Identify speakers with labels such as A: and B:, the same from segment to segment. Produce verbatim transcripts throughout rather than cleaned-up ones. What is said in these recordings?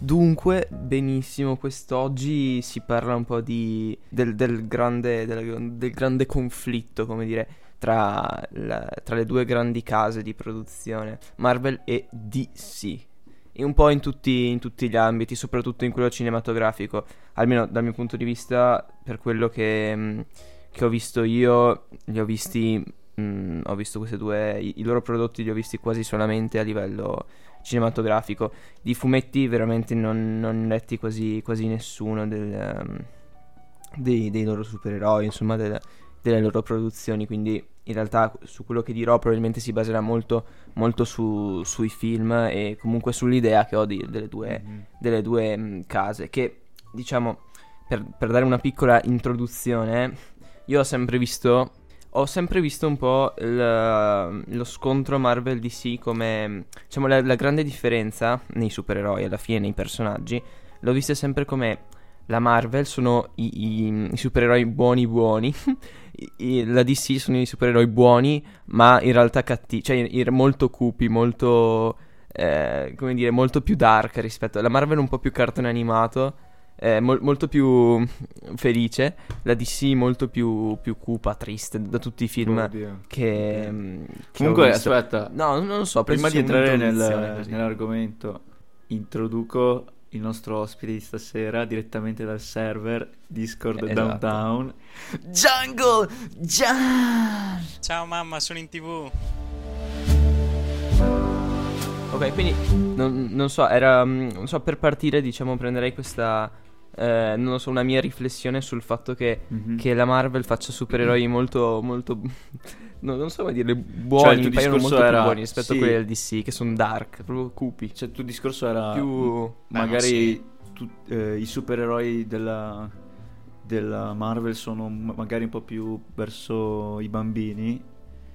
A: Dunque, benissimo, quest'oggi si parla un po' di del, del grande del, del grande conflitto, come dire, tra, la- tra le due grandi case di produzione, Marvel e D C. E un po' in tutti, in tutti gli ambiti, soprattutto in quello cinematografico, almeno dal mio punto di vista, per quello che, mh, che ho visto io, li ho visti, mh, ho visto queste due, i, i loro prodotti li ho visti quasi solamente a livello cinematografico. Di fumetti veramente non, non letti quasi, quasi nessuno del, ehm, dei, dei loro supereroi, insomma, del- delle loro produzioni. Quindi in realtà su quello che dirò probabilmente si baserà molto, molto su- sui film e comunque sull'idea che ho di- delle due,
B: Mhm.
A: delle due mh, case. Che diciamo, per, per dare una piccola introduzione, io ho sempre visto. Ho sempre visto un po' il- lo scontro Marvel-D C come, diciamo, la, la grande differenza nei supereroi, alla fine, nei personaggi, l'ho vista sempre come la Marvel sono i, i- i supereroi buoni buoni, i- i- la D C sono i supereroi buoni, ma in realtà cattivi, cioè i- molto cupi, molto, eh, come dire, molto più dark rispetto alla Marvel, un po' più cartone animato, eh, mol- molto più felice, la D C molto più, più cupa, triste, da tutti i film
B: Oddio.
A: che,
B: Ok.
A: mm, che ho
B: Comunque,
A: visto.
B: aspetta,
A: No, non lo so, penso
B: prima di
A: sia
B: entrare
A: un'introduzione
B: nel-
A: così.
B: nell'argomento, introduco il nostro ospite di stasera direttamente dal server Discord
A: Eh,
B: Downtown. Jungle Jan!
C: Ciao mamma, sono in tv.
A: Ok, quindi non, non so, era, mm, non so, per partire, diciamo, prenderei questa, eh, non lo so, una mia riflessione sul fatto che,
B: Mhm.
A: che la Marvel faccia supereroi molto, molto, non, non so come dirle,
B: Cioè,
A: buoni,
B: il tuo
A: mi paiono
B: discorso
A: molto
B: era-
A: più buoni rispetto
B: sì.
A: a quelli del D C, che sono dark, proprio cupi.
B: Cioè, il tuo discorso era
A: Più...
B: m-
C: Beh, ma
B: magari
C: sì.
B: tu- eh, i supereroi della, della Marvel sono m- magari un po' più verso i bambini,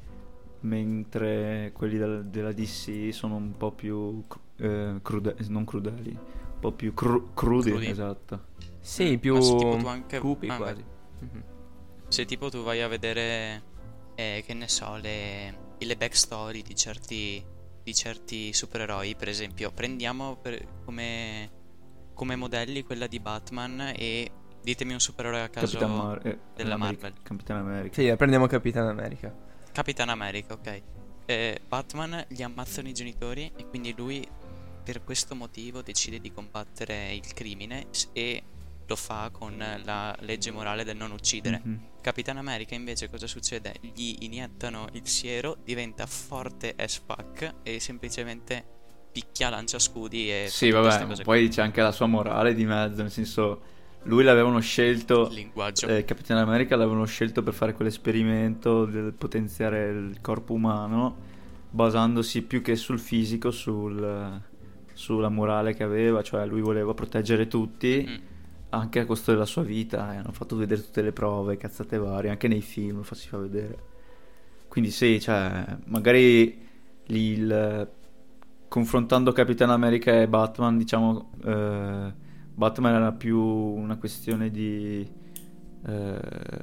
B: mentre quelli del- della D C sono un po' più cru- eh, crude- non crudeli, un po' più cru- crudi,
C: Crudi.
B: esatto.
A: Sì, più
C: Ma se tipo tu anche-
A: cupi
C: ah,
A: quasi.
C: beh.
A: Mhm.
C: Se tipo tu vai a vedere, eh, che ne so, le, le backstory di certi, di certi supereroi, per esempio, prendiamo per- come, come modelli quella di Batman e ditemi un supereroe a caso.
B: Capitan Mar- eh,
C: della
B: America-
C: Marvel.
B: Capitan America.
A: Sì, prendiamo Capitan America.
C: Capitan America, ok. Eh, Batman gli ammazzano i genitori e quindi lui per questo motivo decide di combattere il crimine s- e lo fa con la legge morale del non uccidere.
B: Mhm.
C: Capitan America invece cosa succede? Gli iniettano il siero, diventa forte as fuck e semplicemente picchia, lancia scudi e
B: Sì,
C: fa tutte
B: vabbè,
C: queste
B: ma
C: cose
B: poi c'è anche la sua morale di mezzo, nel senso, lui l'avevano scelto,
C: qua. Il linguaggio.
B: eh, Capitan America l'avevano scelto per fare quell'esperimento del potenziare il corpo umano, basandosi più che sul fisico, sul, sulla morale che aveva, cioè lui voleva proteggere tutti,
C: Mm.
B: anche a costo della sua vita, e hanno fatto vedere tutte le prove, cazzate varie, anche nei film fa- si fa vedere. Quindi sì, cioè, magari lì il, confrontando Capitan America e Batman, diciamo, eh, Batman era più una questione di, eh,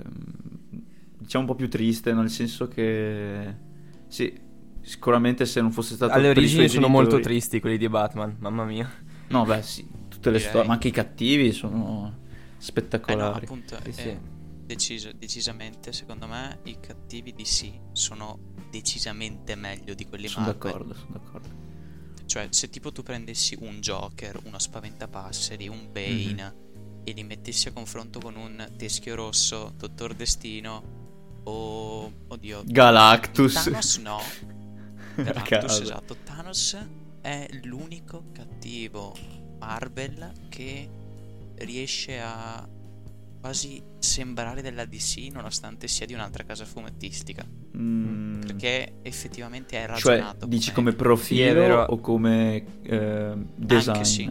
B: diciamo, un po' più triste, nel senso che, sì, sicuramente se non fosse stato
A: Alle
B: per i
A: origini
B: suoi
A: sono molto
B: genitori-
A: tristi quelli di Batman, mamma mia.
B: No, beh, sì, tutte le
C: Direi.
B: storie, ma anche i cattivi sono
C: Eh no,
B: spettacolari.
C: appunto,
A: Sì,
C: eh,
A: sì.
C: deciso- decisamente, secondo me, i cattivi D C sono decisamente meglio di quelli
B: Sono
C: Marvel.
B: d'accordo, sono d'accordo.
C: Cioè, se tipo tu prendessi un Joker, uno Spaventapasseri, un Bane e li mettessi a confronto con un Teschio Rosso, Dottor Destino o... oddio...
B: Galactus.
C: Thanos no.
B: A
C: Galactus,
B: caso.
C: esatto. Thanos è l'unico cattivo Marvel che riesce a quasi sembrare della D C nonostante sia di un'altra casa fumettistica.
B: Mm.
C: Perché effettivamente è
B: Cioè,
C: ragionato.
B: dici come
A: Sì, è
B: profilo
A: vero.
B: o come eh, design?
C: sì.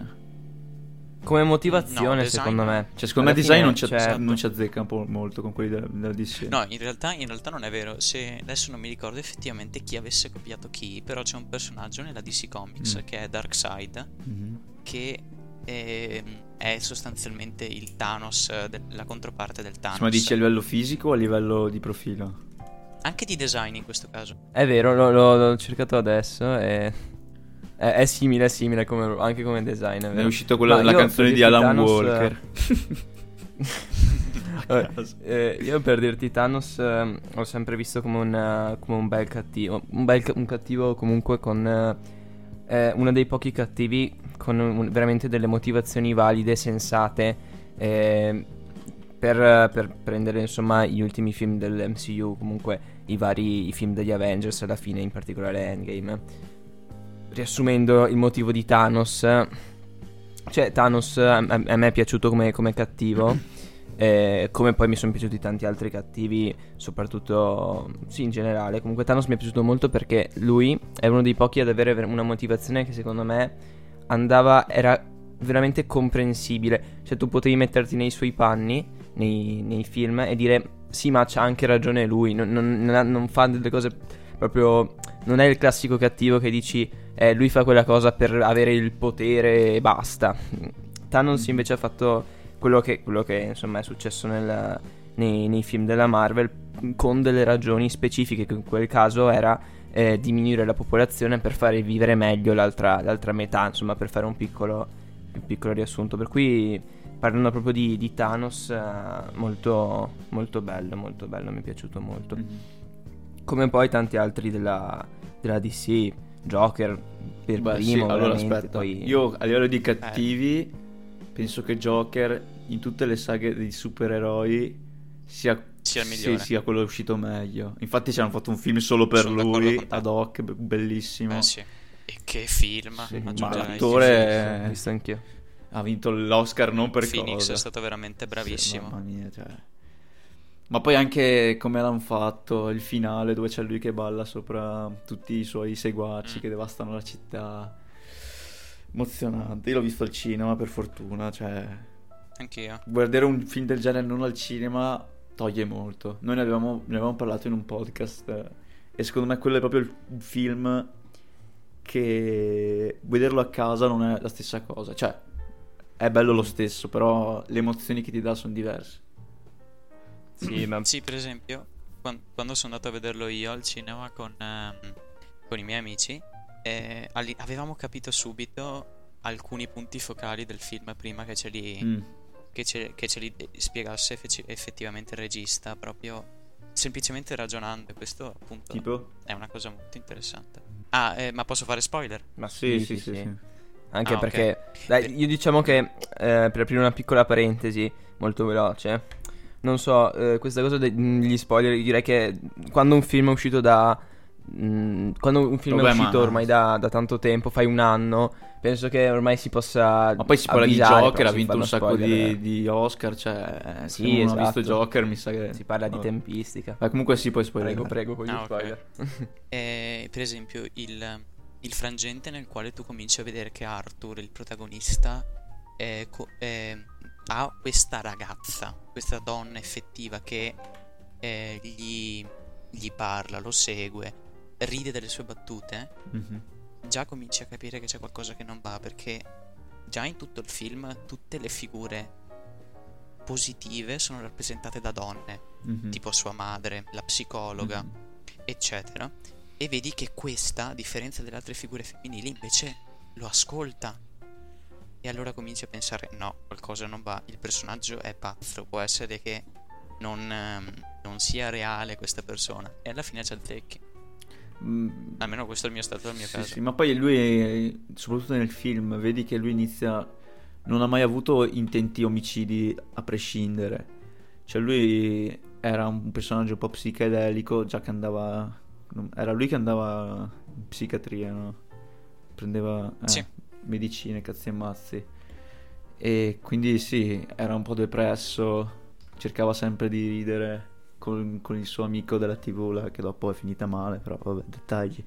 A: Come motivazione,
C: No, design
A: secondo
C: no.
A: me.
B: Cioè, secondo me
A: Alla
B: design
A: fine,
B: non ci,
A: cioè,
B: non ci azzecca un po' molto con quelli della, della D C.
C: No, in realtà, in realtà non è vero. Se adesso non mi ricordo effettivamente chi avesse copiato chi, però c'è un personaggio nella D C Comics
B: Mm.
C: che è Darkseid,
B: Mhm.
C: che ehm, è sostanzialmente il Thanos, eh, de- la controparte del Thanos.
B: Ma dici a livello fisico o a livello di profilo?
C: Anche di design in questo caso.
A: È vero, l'ho, l'ho- l'ho cercato adesso e... È, è simile, è simile come, anche come design. È,
B: È
A: vero.
B: uscito quella,
A: Ma
B: la
A: io,
B: canzone
A: per
B: di
A: dirti
B: Alan
A: Thanos,
B: Walker.
A: eh, eh, io per dirti Thanos eh, ho sempre visto come un, eh, come un bel cattivo. Un bel ca- un cattivo comunque con eh, eh, uno dei pochi cattivi con un- veramente delle motivazioni valide, sensate. eh, per, per prendere insomma gli ultimi film dell'M C U, comunque i vari i film degli Avengers alla fine, in particolare Endgame. Riassumendo il motivo di Thanos, cioè Thanos a, a- a me è piaciuto come, come cattivo, eh, come poi mi sono piaciuti tanti altri cattivi, soprattutto sì in generale. Comunque Thanos mi è piaciuto molto perché lui è uno dei pochi ad avere ver- una motivazione che secondo me andava, era veramente comprensibile. Cioè tu potevi metterti nei suoi panni nei, nei film e dire sì, ma c'ha anche ragione lui, non, non, non ha- non fa delle cose proprio, non è il classico cattivo che dici eh, lui fa quella cosa per avere il potere e basta. Thanos invece ha fatto quello che, quello che insomma è successo nel, nei, nei film della Marvel, con delle ragioni specifiche, che in quel caso era eh, diminuire la popolazione per fare vivere meglio l'altra, l'altra metà, insomma, per fare un piccolo, un piccolo riassunto. Per cui parlando proprio di, di Thanos, eh, molto, molto bello, molto bello, mi è piaciuto molto.
B: Mhm.
A: Come poi tanti altri della, della D C, Joker per
B: Beh, sì,
A: primo,
B: allora
A: veramente,
B: aspetta,
A: poi...
B: io a livello di cattivi penso che Joker in tutte le saghe dei supereroi sia,
C: Sia il
B: sì,
C: migliore.
B: sia quello uscito meglio. Infatti ci hanno fatto un film solo per
C: Sono d'accordo
B: lui,
C: con te.
B: ad hoc, be- bellissimo.
C: Eh sì. E che film,
B: Sì, ma
C: aggiungerei.
B: l'attore-
A: Ho visto anch'io.
B: Ha vinto l'Oscar non per
C: Phoenix
B: cosa.
C: è stato veramente bravissimo.
B: Sì, mamma mia, cioè. Ma poi anche come l'hanno fatto il finale dove c'è lui che balla sopra tutti i suoi seguaci
C: Mm.
B: che devastano la città. Emozionante. Io l'ho visto al cinema per fortuna, cioè
C: Anch'io.
B: guardare un film del genere non al cinema toglie molto. Noi ne avevamo, ne avevamo parlato in un podcast eh, e secondo me quello è proprio il il film che vederlo a casa non è la stessa cosa. Cioè è bello lo stesso, però le emozioni che ti dà sono diverse.
A: Sì, ma
C: Sì, per esempio, quan- quando sono andato a vederlo io al cinema con, ehm, con i miei amici, eh, alli- avevamo capito subito alcuni punti focali del film prima che ce li,
B: Mm.
C: che ce, che ce li de- spiegasse effe- effettivamente il regista, proprio semplicemente ragionando. E questo appunto
B: Tipo?
C: è una cosa molto interessante. Ah, eh, ma posso fare spoiler?
A: Ma
B: Sì, sì, sì, sì.
A: Anche
C: Ah, ok.
A: perché, dai, io diciamo che eh, per aprire una piccola parentesi molto veloce, non so, eh, questa cosa degli spoiler, io direi che quando un film è uscito da... mh, quando un film
B: Vabbè,
A: è uscito
B: ma-
A: ormai da, da tanto tempo, fai un anno, penso che ormai si possa
B: Ma poi si parla di
A: avvisare,
B: Joker,
A: però
B: ha
A: si
B: vinto un
A: fanno
B: sacco
A: spoiler.
B: di, di Oscar, cioè se
A: Sì,
B: uno non ha
A: esatto.
B: visto Joker mi sa che...
A: Si parla di
B: Vabbè.
A: tempistica.
B: Ma comunque sì, puoi spoilerare.
A: Prego, prego, con gli
C: Ah, ok.
A: spoiler.
C: Eh, per esempio, il, il frangente nel quale tu cominci a vedere che Arthur, il protagonista, è co- è- ha questa ragazza, questa donna effettiva che eh, gli, gli parla, lo segue, ride delle sue battute.
B: Mhm.
C: Già cominci a capire che c'è qualcosa che non va, perché già in tutto il film tutte le figure positive sono rappresentate da donne,
B: Mhm.
C: tipo sua madre, la psicologa,
B: Mhm.
C: eccetera. E vedi che questa, a differenza delle altre figure femminili, invece lo ascolta. E allora cominci a pensare: no, qualcosa non va, il personaggio è pazzo, può essere che non, ehm, non sia reale questa persona. E alla fine ci azzecchi.
B: Mm,
C: Almeno questo è il mio stato, il mio
B: sì,
C: caso.
B: sì, ma poi lui, soprattutto nel film, vedi che lui inizia... Non ha mai avuto intenti omicidi a prescindere. Cioè lui era un personaggio un po' psichedelico, già che andava... Era lui che andava in psichiatria, no? Prendeva eh,
C: Sì.
B: medicine, cazzi e mazzi. E quindi sì, era un po' depresso, cercava sempre di ridere con, con il suo amico della tivù, là, che dopo è finita male, però vabbè, dettagli.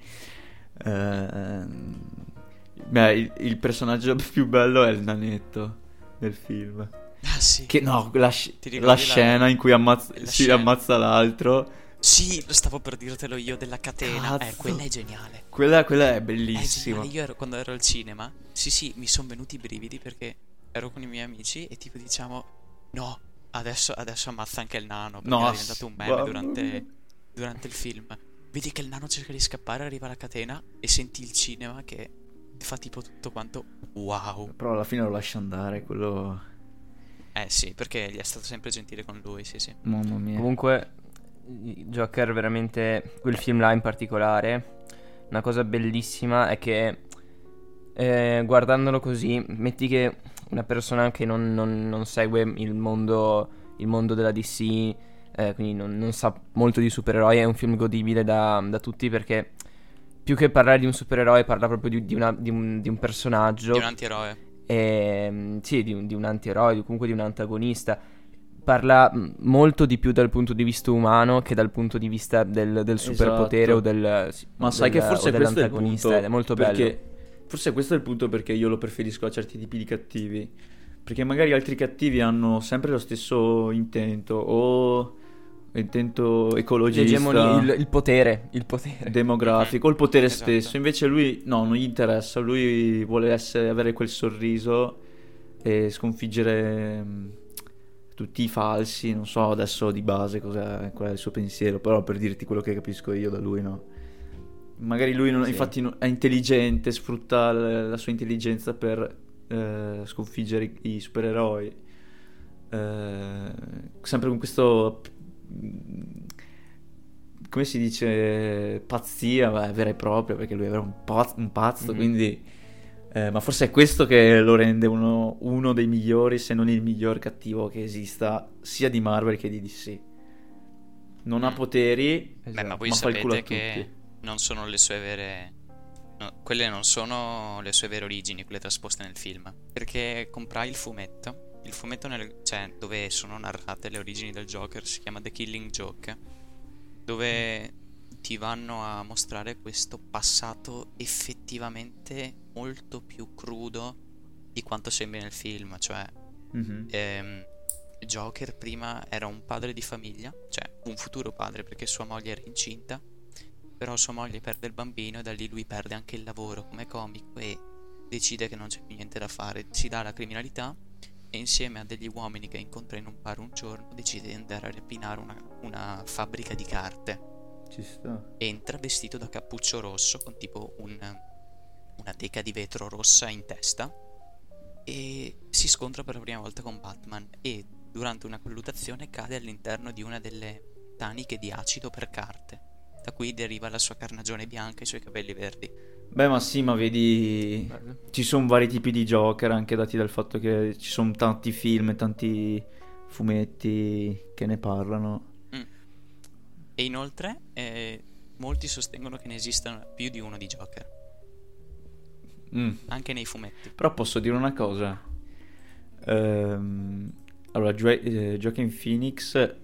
B: Ehm, beh, il, il personaggio più bello è il nanetto del film.
C: Ah sì.
B: Che no, la, sc-
C: Ti
B: la
C: ricordi la-
B: scena in cui ammazza,
C: la
B: si
C: scena?
B: ammazza l'altro.
C: Sì, lo stavo per dirtelo io, della catena.
B: Cazzo.
C: Eh, quella è geniale.
B: Quella, quella è
C: È
B: bellissima.
C: geniale. Io ero, quando ero al cinema, sì sì, mi sono venuti i brividi perché ero con i miei amici e tipo diciamo: no, adesso, adesso ammazza anche il nano, perché
B: No,
C: era diventato un meme
B: mamma
C: durante,
B: mia.
C: durante il film. Vedi che il nano cerca di scappare, arriva alla catena e senti il cinema che fa tipo tutto quanto wow.
B: Però alla fine lo lascia andare, quello...
C: Eh sì, perché gli è stato sempre gentile con lui, sì sì.
B: Mamma mia.
A: Comunque, Joker veramente, quel film là in particolare, una cosa bellissima è che eh, guardandolo così, metti che una persona che non, non, non segue il mondo, il mondo della D C, eh, quindi non, non sa molto di supereroi, è un film godibile da, da tutti, perché più che parlare di un supereroe parla proprio di, di, una, di, un, di un personaggio,
C: Di un antieroe.
A: e, sì, di un, di un antieroe, comunque di un antagonista. Parla mh, molto di più dal punto di vista umano che dal punto di vista del, del superpotere,
B: Esatto.
A: o del sì,
B: Ma sai
A: del-
B: che forse
A: o
B: questo è il
A: dell'antagonista,
B: punto,
A: ed è molto
B: perché
A: bello.
B: forse questo è il punto perché io lo preferisco a certi tipi di cattivi, perché magari altri cattivi hanno sempre lo stesso intento, o intento ecologista,
A: L'egemonia, il, il potere, il potere.
B: demografico, o il potere
C: Esatto.
B: stesso. Invece lui no, non gli interessa, lui vuole essere, avere quel sorriso e sconfiggere mh, tutti i falsi. Non so adesso di base cosa, qual è il suo pensiero, però per dirti quello che capisco io da lui, no? Magari lui non,
A: Sì.
B: infatti non- è intelligente, sfrutta la, la sua intelligenza per eh, sconfiggere i, i supereroi. Eh, sempre con questo, come si dice, pazzia, beh, vera e propria, perché lui era un, paz- un pazzo,
A: Mhm.
B: quindi... eh, ma forse è questo che lo rende uno, uno dei migliori, se non il miglior cattivo che esista, sia di Marvel che di D C. Non ha
C: Mm.
B: poteri,
C: Beh, ma voi
B: ma fa il culo a
C: sapete che
B: tutti.
C: non sono le sue vere... no, quelle non sono le sue vere origini, quelle trasposte nel film. Perché comprai il fumetto. Il fumetto nel- cioè, dove sono narrate le origini del Joker si chiama The Killing Joke, dove ti vanno a mostrare questo passato effettivamente molto più crudo di quanto sembri nel film. Cioè,
B: Mhm.
C: ehm, Joker prima era un padre di famiglia, cioè un futuro padre, perché sua moglie era incinta, però sua moglie perde il bambino e da lì lui perde anche il lavoro come comico e decide che non c'è più niente da fare, si dà alla criminalità e insieme a degli uomini che incontra in un bar un giorno decide di andare a rapinare una, una fabbrica di carte.
B: Ci sta.
C: Entra vestito da cappuccio rosso con tipo un, una teca di vetro rossa in testa e si scontra per la prima volta con Batman e durante una colluttazione cade all'interno di una delle taniche di acido per carte, da cui deriva la sua carnagione bianca e i suoi capelli verdi.
B: Beh, ma sì, ma vedi,
A: Bello.
B: ci sono vari tipi di Joker, anche dati dal fatto che ci sono tanti film e tanti fumetti che ne parlano.
C: Mm. E inoltre eh, molti sostengono che ne esistano più di uno di Joker,
B: Mm.
C: anche nei fumetti.
B: Però posso dire una cosa. Ehm, allora, Gio- eh, Joaquin Phoenix, eh,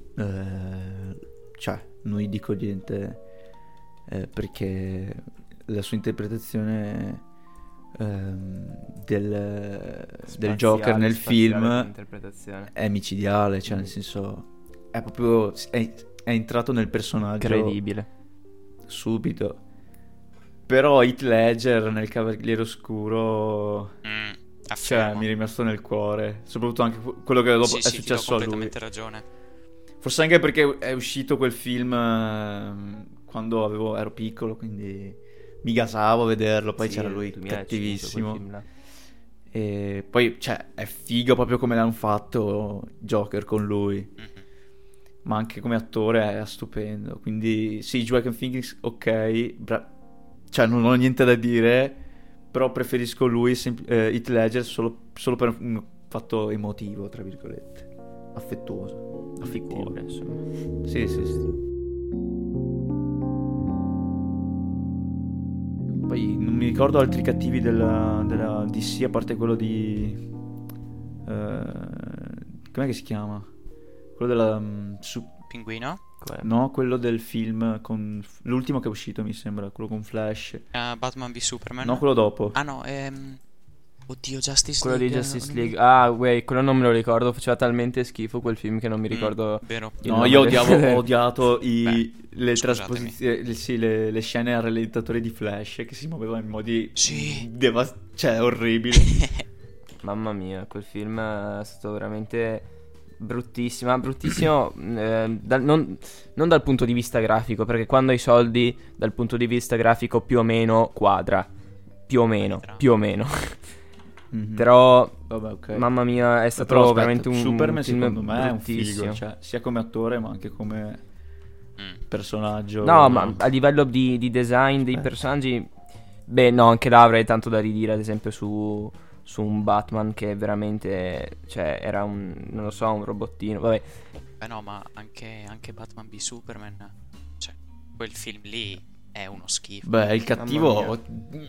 B: cioè, non gli dico niente, eh, perché la sua interpretazione ehm, del, del
A: Spaziale,
B: Joker nel
A: spaziale come
B: film
A: interpretazione.
B: è micidiale, cioè, nel
A: Mm.
B: senso, è proprio, è, è entrato nel personaggio
A: Credibile.
B: subito. Però Heath Ledger nel Cavaliere Oscuro,
C: Mm,
B: cioè,
C: affermo.
B: mi è rimasto nel cuore. Soprattutto anche fu- quello che dopo
C: Sì,
B: è
C: sì, ti do
B: successo a lui.
C: completamente ragione.
B: Forse anche perché è uscito quel film ehm, quando avevo- ero piccolo, quindi mi gasavo a vederlo. Poi
A: Sì,
B: c'era lui
A: duemilacinque,
B: cattivissimo.
A: quel film là.
B: E poi, cioè, è figo proprio come l'hanno fatto Joker con lui.
C: Mhm.
B: Ma anche come attore è stupendo. Quindi, sì, Joaquin Phoenix, ok. bra- cioè, non ho niente da dire. Però preferisco lui, sem- eh, Heath Ledger, solo, solo per un fatto emotivo, tra virgolette. Affettuoso.
A: Di
B: Affettivo.
A: cuore, insomma.
B: Sì, sì, sì. Poi non mi ricordo altri cattivi della, della D C, a parte quello di... eh, com'è che si chiama? Quello della... mm, su-
C: Pinguino?
A: Qual è?
B: no, quello del film con... l'ultimo che è uscito, mi sembra, quello con Flash.
C: Ah, Batman v Superman?
B: No, quello dopo.
C: Ah no, ehm... Oddio, Justice
A: Quello di
C: League.
A: Justice
C: non-
A: League. Ah, wey, quello non me lo ricordo. Faceva talmente schifo quel film che non mi
C: Mm,
A: ricordo.
C: vero.
A: il
B: No,
A: nome
B: io
A: del-
B: odiavo, ho odiato i,
C: Beh,
B: le
C: scusatemi.
B: trasposizioni, le, sì, le, le scene al rallentatore di Flash che si muoveva in modi
C: Sì.
B: devas- cioè orribili.
A: Mamma mia, quel film è stato veramente bruttissimo. Bruttissimo eh, dal- non, non dal punto di vista grafico, perché quando hai soldi, dal punto di vista grafico più o meno quadra. più o meno,
C: Tra-
A: più o meno.
B: Mhm.
A: Però,
B: Vabbè, ok.
A: mamma mia, è stato
B: Però aspetta,
A: veramente un,
B: Superman
A: un film
B: secondo me è un
A: bruttissimo.
B: figo, cioè, sia come attore ma anche come
C: Mm.
B: personaggio.
A: No, ma a livello di, di design dei
B: Eh.
A: personaggi, beh, no, anche là avrei tanto da ridire, ad esempio, su, su un Batman che veramente, cioè, era un, non lo so, un robottino, vabbè.
C: Beh no, ma anche, anche Batman v Superman, cioè, quel film lì è uno schifo.
B: Beh, il cattivo
A: Mamma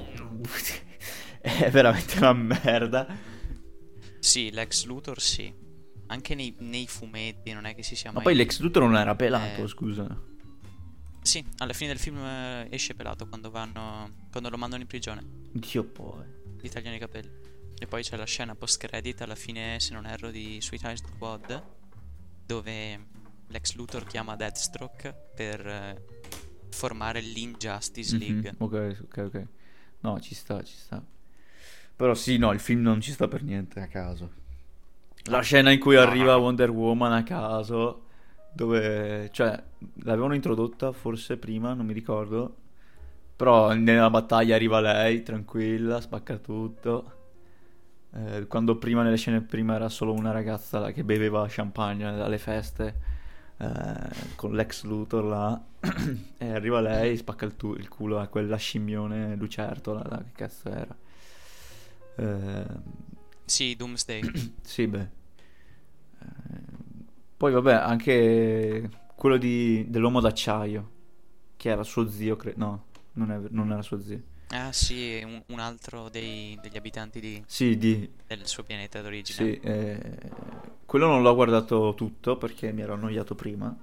B: è veramente una merda.
C: Sì, Lex Luthor sì. Anche nei, nei fumetti non è che si sia
B: Ma
C: mai...
B: poi Lex Luthor non era pelato,
C: Eh.
B: scusa.
C: Sì, alla fine del film eh, esce pelato quando vanno... quando lo mandano in prigione.
B: Dio poi.
C: Gli tagliano i capelli. E poi c'è la scena post-credit alla fine, se non erro, di Suicide Squad, dove Lex Luthor chiama Deathstroke per eh, formare l'Injustice League.
B: Mhm, Ok, ok, ok. No, ci sta, ci sta. Però sì, no, il film non ci sta per niente a caso. La scena in cui
C: No,
B: arriva
C: no, no.
B: Wonder Woman a caso, dove, cioè, l'avevano introdotta forse prima, non mi ricordo. Però nella battaglia arriva lei, tranquilla, spacca tutto. Eh, quando prima, nelle scene prima, era solo una ragazza là che beveva champagne alle feste, eh, con l'ex Luthor là. E arriva lei, spacca il, tu- il culo a quella scimmione lucertola là, che cazzo era. Eh,
C: Sì, Doomsday.
B: sì, beh. Eh, Poi vabbè, anche quello di, dell'uomo d'acciaio, che era suo zio, credo. No, non, è- non era suo zio.
C: Ah sì, un, un altro dei- degli abitanti di-
B: Sì, di,
C: del suo pianeta d'origine.
B: sì, eh, quello non l'ho guardato tutto perché mi ero annoiato prima.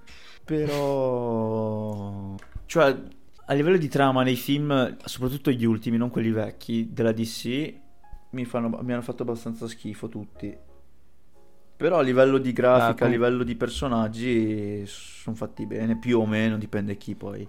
B: Però, cioè, a livello di trama nei film, soprattutto gli ultimi, non quelli vecchi, della D C, mi fanno, mi hanno fatto abbastanza schifo tutti. Però a livello di grafica,
A: Ah,
B: a
A: com-
B: livello di personaggi, sono fatti bene, più o meno, dipende chi poi.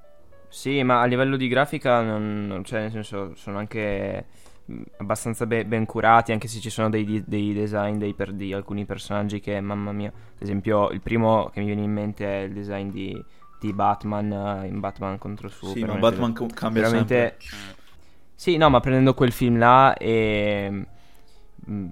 A: Sì, ma a livello di grafica, non, non- cioè, nel senso, sono anche mh, abbastanza be- ben curati, anche se ci sono dei, di- dei design dei per- di alcuni personaggi che, mamma mia, ad esempio, il primo che mi viene in mente è il design di, di Batman eh, in Batman contro
B: Sì,
A: Superman.
B: ma Batman co- cambia
A: veramente...
C: Mm.
A: Sì, no, ma prendendo quel film là e... mh,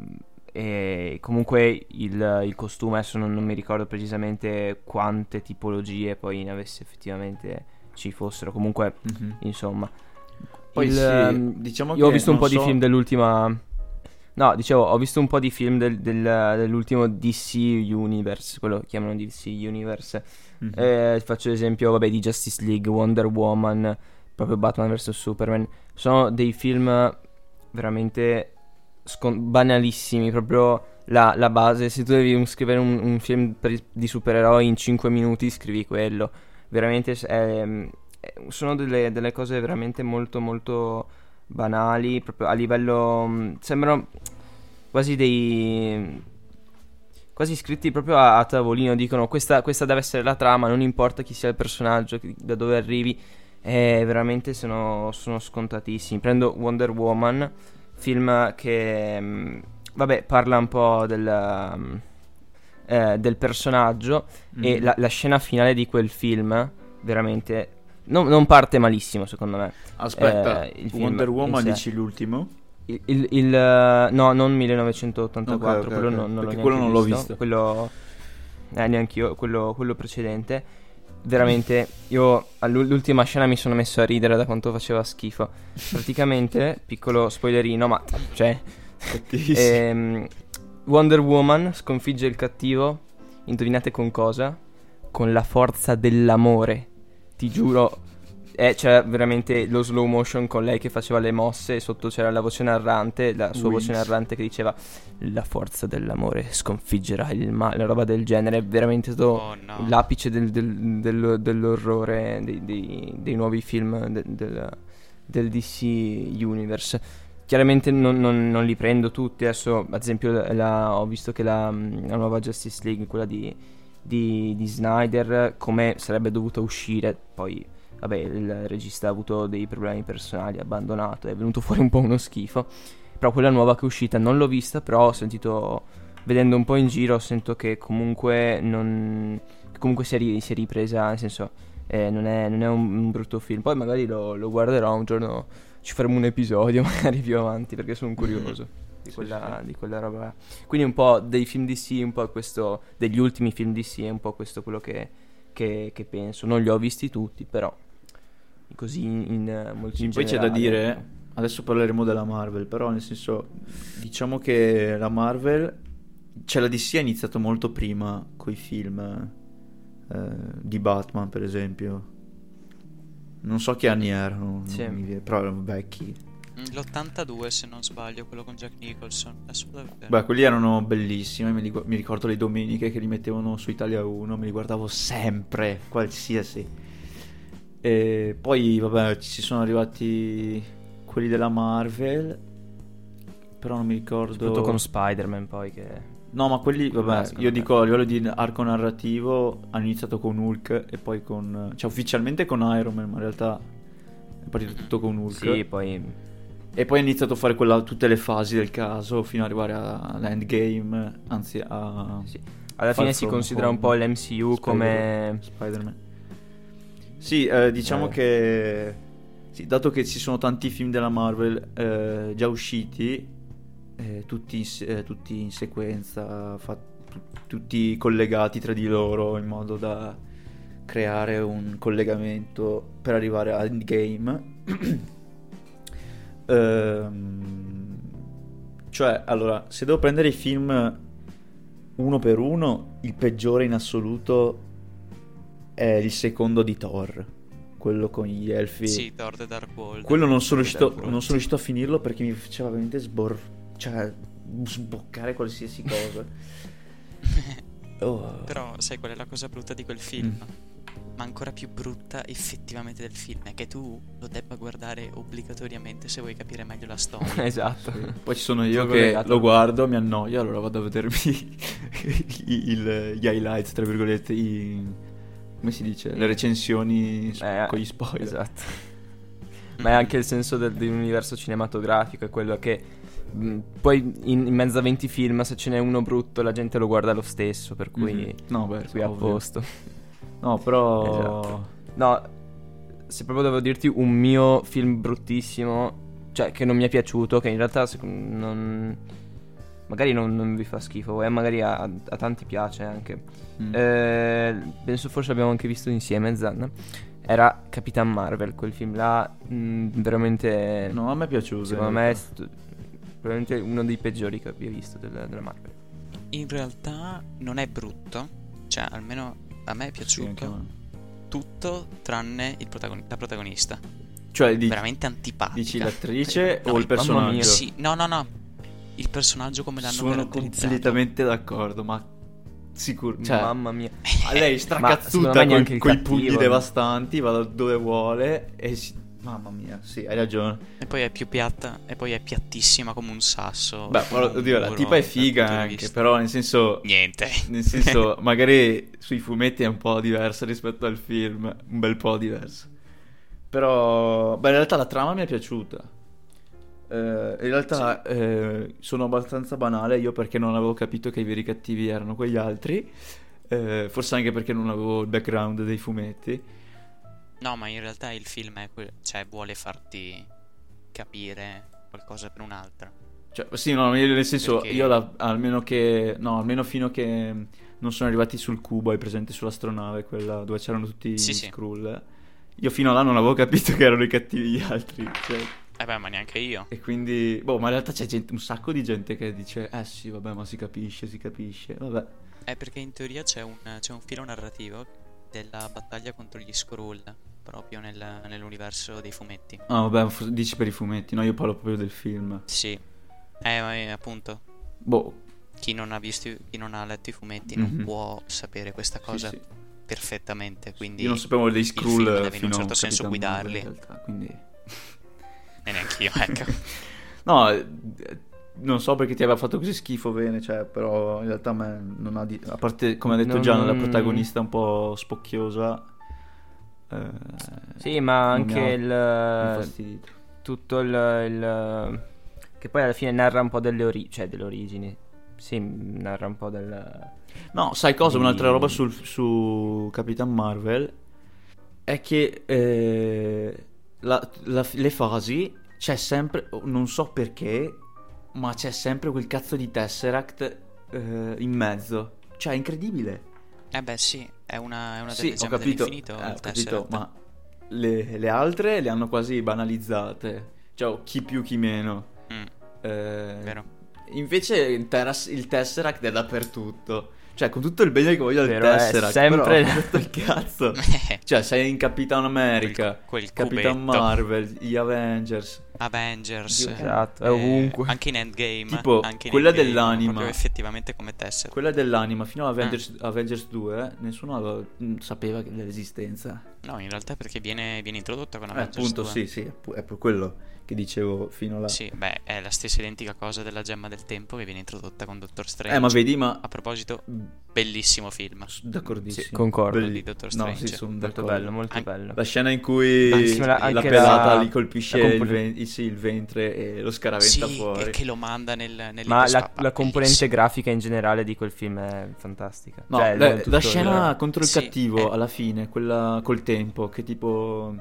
A: e comunque il, il costume, adesso non, non mi ricordo precisamente quante tipologie poi ne avesse effettivamente ci fossero. Comunque,
B: sempre. Mhm.
A: insomma,
B: Poi
A: il,
B: sì,
A: ehm,
B: diciamo
A: io ho
B: che
A: visto un
B: non
A: po' di
B: so-
A: film dell'ultima. No, dicevo, ho visto un po' di film del- del- dell'ultimo D C Universe, quello che chiamano D C Universe.
B: Mhm.
A: Eh, faccio l'esempio, vabbè, di Justice League, Wonder Woman, proprio Batman vs Superman. Sono dei film veramente scon- banalissimi, proprio la, la base. Se tu devi un- scrivere un, un film per- di supereroi in cinque minuti, scrivi quello. Veramente s- è- è- sono delle, delle cose veramente molto molto banali, proprio a livello... mh, sembrano quasi dei... quasi scritti proprio a, a tavolino. Dicono questa, questa deve essere la trama, non importa chi sia il personaggio, chi- da dove arrivi. E veramente sono, sono scontatissimi. Prendo Wonder Woman, film che mh, vabbè, parla un po' del, mh, eh, del personaggio. E
B: Mhm.
A: la, la scena finale di quel film veramente non, non parte malissimo, secondo me.
B: Aspetta,
A: eh, il film
B: Wonder Woman
A: in sé.
B: dici l'ultimo?
A: Il, il- il, eh, no, non millenovecentottantaquattro,
B: Ok, ok,
A: quello
B: ok.
A: non, non l'ho
B: Perché
A: neanche
B: quello non l'ho
A: visto.
B: visto.
A: Quello, eh, neanch'io, quello, quello precedente. Veramente, io all'ultima scena mi sono messo a ridere da quanto faceva schifo. Praticamente, piccolo spoilerino, ma cioè,
B: Cattivissimo.
A: ehm, Wonder Woman sconfigge il cattivo. Indovinate con cosa? Con la forza dell'amore. Ti giuro. Eh, c'era veramente lo slow motion con lei che faceva le mosse e sotto c'era la voce narrante, la sua voce
B: Wings.
A: narrante che diceva la forza dell'amore sconfiggerà il male, una roba del genere. È veramente stato
C: Oh no.
A: l'apice del- del- del- dell'orrore dei, dei- dei nuovi film de- del, del D C Universe. Chiaramente non, non- non li prendo tutti. Adesso, ad esempio, la- la- ho visto che la, la nuova Justice League, quella di, di, di Snyder, come sarebbe dovuta uscire, poi vabbè, il regista ha avuto dei problemi personali, ha abbandonato, è venuto fuori un po' uno schifo. Però quella nuova che è uscita non l'ho vista, però ho sentito, vedendo un po' in giro, sento che comunque non che comunque si è, ri- si è ripresa, nel senso eh, non è, non è un, un brutto film. Poi magari lo, lo guarderò un giorno, ci faremo un episodio magari più avanti, perché sono curioso di,
B: Sì,
A: quella,
B: sì.
A: di quella roba. Quindi un po' dei film D C, un po' questo, degli ultimi film D C, è un po' questo quello che, che, che penso. Non li ho visti tutti, però così in, in molto
B: Sì,
A: in
B: poi c'è da
A: generale,
B: dire,
A: ecco.
B: adesso parleremo della Marvel, però nel senso, diciamo che la Marvel, cioè la D C ha iniziato molto prima coi film eh, di Batman, per esempio. Non so che anni erano,
A: Sì.
B: non mi viene- però erano vecchi.
C: L'ottantadue, se non sbaglio, quello con Jack Nicholson. Adesso vado a vedere.
B: Beh, quelli erano bellissimi, me li gu- mi ricordo le domeniche che li mettevano su Italia uno, me li guardavo sempre, qualsiasi. E poi, vabbè, ci sono arrivati quelli della Marvel, però non mi ricordo...
A: Soprattutto con Spider-Man poi che...
B: No, ma quelli, vabbè,
A: Nascono,
B: io
A: beh.
B: dico a livello di arco narrativo hanno iniziato con Hulk e poi con... cioè ufficialmente con Iron Man, ma in realtà è partito tutto con Hulk.
A: Sì, poi...
B: E poi ha iniziato a fare quella, tutte le fasi del caso fino ad arrivare a- all'endgame, anzi a...
A: Sì. Alla fine
B: Far
A: si
B: From
A: considera un
B: Home,
A: po' l'M C U come...
B: Spider-Man. Sì, eh, diciamo
A: Eh.
B: che sì, dato che ci sono tanti film della Marvel eh, già usciti, eh, tutti, in se- eh, tutti in sequenza, fa- tu- tutti collegati tra di loro in modo da creare un collegamento per arrivare a Endgame. Ehm, cioè, allora, se devo prendere i film uno per uno, il peggiore in assoluto è il secondo di Thor, quello con gli elfi.
C: Sì, Thor The Dark World.
B: Quello non sono,
A: Dark
B: riuscito,
A: World.
B: non sono riuscito a finirlo perché mi faceva veramente sbor... cioè, sboccare qualsiasi cosa. Oh.
C: Però sai qual è la cosa brutta di quel film?
B: Mm.
C: Ma ancora più brutta effettivamente del film è che tu lo debba guardare obbligatoriamente se vuoi capire meglio la storia.
A: Esatto.
B: Poi ci sono io
A: Sono
B: che
A: collegato.
B: lo guardo, mi annoio, allora vado a vedermi i- il- gli highlights, tra virgolette, i, come si dice? Le recensioni s-
A: Eh,
B: con gli spoiler.
A: Esatto. Ma è anche il senso del- dell'universo cinematografico, è quello che mh, poi in, in mezzo a venti film, se ce n'è uno brutto, la gente lo guarda lo stesso, per cui,
B: Mhm. No, beh,
A: per cui è a
B: ovvio.
A: posto.
B: No, però...
A: Esatto. No, se proprio devo dirti un mio film bruttissimo, cioè che non mi è piaciuto, che in realtà secon- non... magari non, non vi fa schifo, e magari a, a tanti piace anche.
B: Mm.
A: Eh, penso forse l'abbiamo anche visto insieme, Zan. Era Capitan Marvel, quel film là, mh, veramente...
B: No, a me è piaciuto.
A: secondo
B: in
A: me è
B: realtà.
A: st- probabilmente uno dei peggiori che abbia visto della, della Marvel.
C: In realtà non è brutto, cioè almeno a me è
B: Sì,
C: piaciuto
B: anche a me.
C: tutto tranne il protagoni- la protagonista.
B: Cioè, di-
C: Veramente antipatica.
B: dici l'attrice
C: No,
B: o il
A: mamma
B: personaggio?
A: mia.
C: Sì, no, no, no. Il personaggio come l'hanno
B: Sono
C: caratterizzato.
B: completamente d'accordo, ma sicuro, cioè,
A: Mamma mia.
B: a lei
A: secondo
B: stracazzuta
A: me
B: coi,
A: neanche il
B: coi
A: cattivo.
B: pugni devastanti, va da dove vuole e si... Mamma mia, sì, hai ragione.
C: E poi è più piatta, e poi è piattissima come un sasso.
B: Beh, però,
C: un
B: oddio, la
C: muro,
B: tipa è
C: dal
B: figa
C: punto di
B: anche,
C: vista.
B: però nel senso...
C: Niente.
B: Nel senso, magari sui fumetti è un po' diversa rispetto al film, un bel po' diversa. Però, beh, in realtà la trama mi è piaciuta. Eh, in realtà eh, sono abbastanza banale io perché non avevo capito che i veri cattivi erano quegli altri. Eh, forse anche perché non avevo il background dei fumetti.
C: No, ma in realtà il film è que- cioè vuole farti capire qualcosa per un'altra.
B: Cioè, sì, no, nel senso,
C: Perché-
B: io la- almeno che... No, almeno fino a che non sono arrivati sul cubo, hai presente sull'astronave, quella dove c'erano tutti
C: Sì,
B: i
C: sì.
B: Skrull. Io fino a là non avevo capito che erano i cattivi gli altri, cioè...
C: Eh beh, ma neanche io.
B: E quindi, boh, ma in realtà c'è gente, un sacco di gente che dice, eh sì, vabbè, ma si capisce, si capisce, vabbè.
C: È perché in teoria c'è un, c'è un filo narrativo della battaglia contro gli Skrull, proprio nel- nell'universo dei fumetti.
B: Ah, vabbè, f- dici per i fumetti, no? Io parlo proprio del film.
C: Sì. Eh, ma, eh, appunto,
B: Boh,
C: chi non ha visto, i- chi non ha letto i fumetti
B: Mhm.
C: non può sapere questa
B: sì,
C: cosa
B: sì.
C: perfettamente, quindi
B: Io non sapevo dei
C: film
B: Skrull
C: deve in un
B: fino
C: certo
B: a
C: senso
B: Capitan Marvel,
C: guidarli.
B: in realtà, quindi...
C: E neanche io, ecco.
B: No, eh, non so perché ti aveva fatto così schifo bene, cioè, però in realtà a me non ha di... A parte, come ha detto
A: Non-
B: Gian, la
A: non-
B: protagonista un po' spocchiosa. eh,
A: Sì, ma
B: non mi
A: anche
B: ha
A: il...
B: infastidito.
A: tutto il, il... che poi alla fine narra un po' delle origini, cioè delle origini. Sì, narra un po' del...
B: No, sai cosa?
A: Di-
B: Un'altra roba sul- su Capitan Marvel è che eh, la- la- le fasi c'è sempre, non so perché, ma c'è sempre quel cazzo di Tesseract eh, in mezzo. Cioè, è incredibile.
C: Eh beh sì, è una, è una
B: Sì,
C: delle
B: ho
C: gemme
B: capito,
C: dell'infinito,
B: eh,
C: il
B: ho capito,
C: Tesseract.
B: ma le, le altre le hanno quasi banalizzate. Cioè, chi più chi meno.
C: Mm,
B: Eh,
C: vero.
B: Invece il, teras- il Tesseract è dappertutto. Cioè, con tutto il bene che voglio al
A: Vero, è
B: Tesseract,
A: sempre-
B: però, tutto il cazzo. Cioè, sei in Capitan America,
C: Quel- quel
B: Capitan
C: cubetto.
B: Marvel, gli Avengers.
C: Avengers.
A: Esatto, è
C: eh,
A: ovunque.
C: Anche in Endgame.
B: Tipo,
C: anche in
B: quella
C: Endgame,
B: dell'anima.
C: Proprio effettivamente come Tesseract.
B: Quella dell'anima, fino a Avengers,
C: Ah.
B: Avengers due, nessuno aveva- mh, sapeva che- dell'esistenza.
C: No, in realtà perché viene, viene introdotta con
B: Eh,
C: Avengers
B: appunto,
C: due.
B: sì, sì, è pu- è per quello che dicevo fino là.
C: Sì, beh, è la stessa identica cosa della gemma del tempo che viene introdotta con Doctor Strange.
B: Eh, ma vedi, ma...
C: A proposito, bellissimo film.
B: D'accordissimo.
A: Sì, concordo.
B: Belli-
C: Di Doctor
B: No,
C: Strange.
B: sì, sono
A: Molto
B: d'accordo.
A: bello, molto
C: An-
A: bello.
B: La scena in cui
A: Bellissima la-
B: la
A: anche
B: pelata
A: la-
B: gli colpisce
A: la
B: il,
A: compone-
B: ven- il- sì, il ventre e lo scaraventa
C: Sì,
B: fuori.
C: e che lo manda nel, nel
A: Ma la,
C: lipospapa,
A: la componente
C: bellissimo.
A: grafica in generale di quel film è fantastica.
B: No,
A: Cioè,
B: la,
A: tutto
B: la
A: il-
B: scena contro il
C: Sì,
B: cattivo
C: eh.
B: alla fine, quella col tempo, che tipo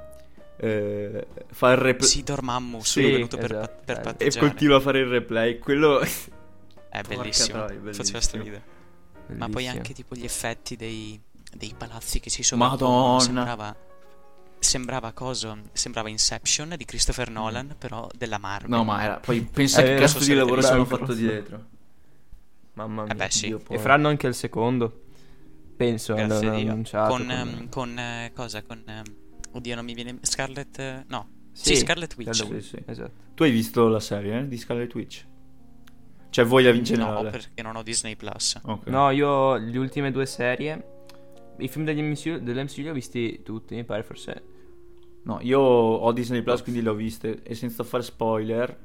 B: eh, fa il replay
C: Sì, Dormammu,
A: Sì,
C: sì, venuto per,
A: esatto,
C: pa- per
A: bello.
B: e
C: patteggiare.
B: continua a fare il replay. Quello
C: È
B: Porca
C: bellissimo.
B: troia, bellissimo.
C: Faceva stridere. Ma poi
A: bellissimo.
C: anche tipo gli effetti dei, dei palazzi che si
B: Madonna.
C: sovrappongono. Sembrava Sembrava cosa? Sembrava Inception di Christopher Nolan, però della Marvel.
B: No, ma era poi pensa
A: Eh,
B: che
A: non
B: cazzo
C: so
B: di
C: se
B: lavoro
C: avete
B: ci hanno
A: visto.
B: fatto dietro.
A: Mamma mia.
C: Eh beh, sì.
B: Dio,
A: E
B: poi-
A: faranno anche il secondo. Penso,
C: Grazie a
A: l'hanno
C: Dio.
A: annunciato.
C: Con,
A: come-
C: ehm, con eh, cosa? Con ehm, oddio, non mi viene Scarlet eh, no.
A: Sì,
C: Sì, Scarlet Witch.
A: Scarlet
B: Sì, sì.
A: Esatto.
B: Tu hai visto la serie eh, di Scarlet Witch? Cioè voi in generale?
C: No, perché non ho Disney Plus.
B: Ok.
A: No, io le ultime due serie, i film degli M C U, dell'M C U li ho visti tutti, mi pare, forse.
B: No, io ho Disney Plus, quindi le ho viste. E senza fare spoiler,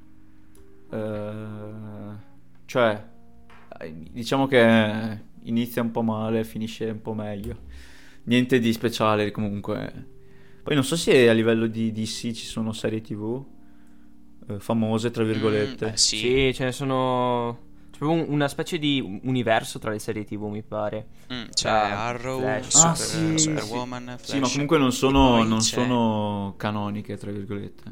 B: eh, cioè, eh, diciamo che inizia un po' male, finisce un po' meglio. Niente di speciale comunque. Poi non so se a livello di D C ci sono serie tivù eh, famose, tra virgolette.
C: Mm, beh, sì.
A: Sì, ce ne sono. C'è proprio un- una specie di universo tra le serie T V, mi pare.
C: Mm, c'è
A: Tra
C: Arrow,
A: Flash.
C: Super,
B: Ah, sì,
C: Superwoman, Flash.
B: Sì, ma comunque non
C: E
B: sono,
C: poi
B: non
C: c'è-
B: sono canoniche, tra virgolette.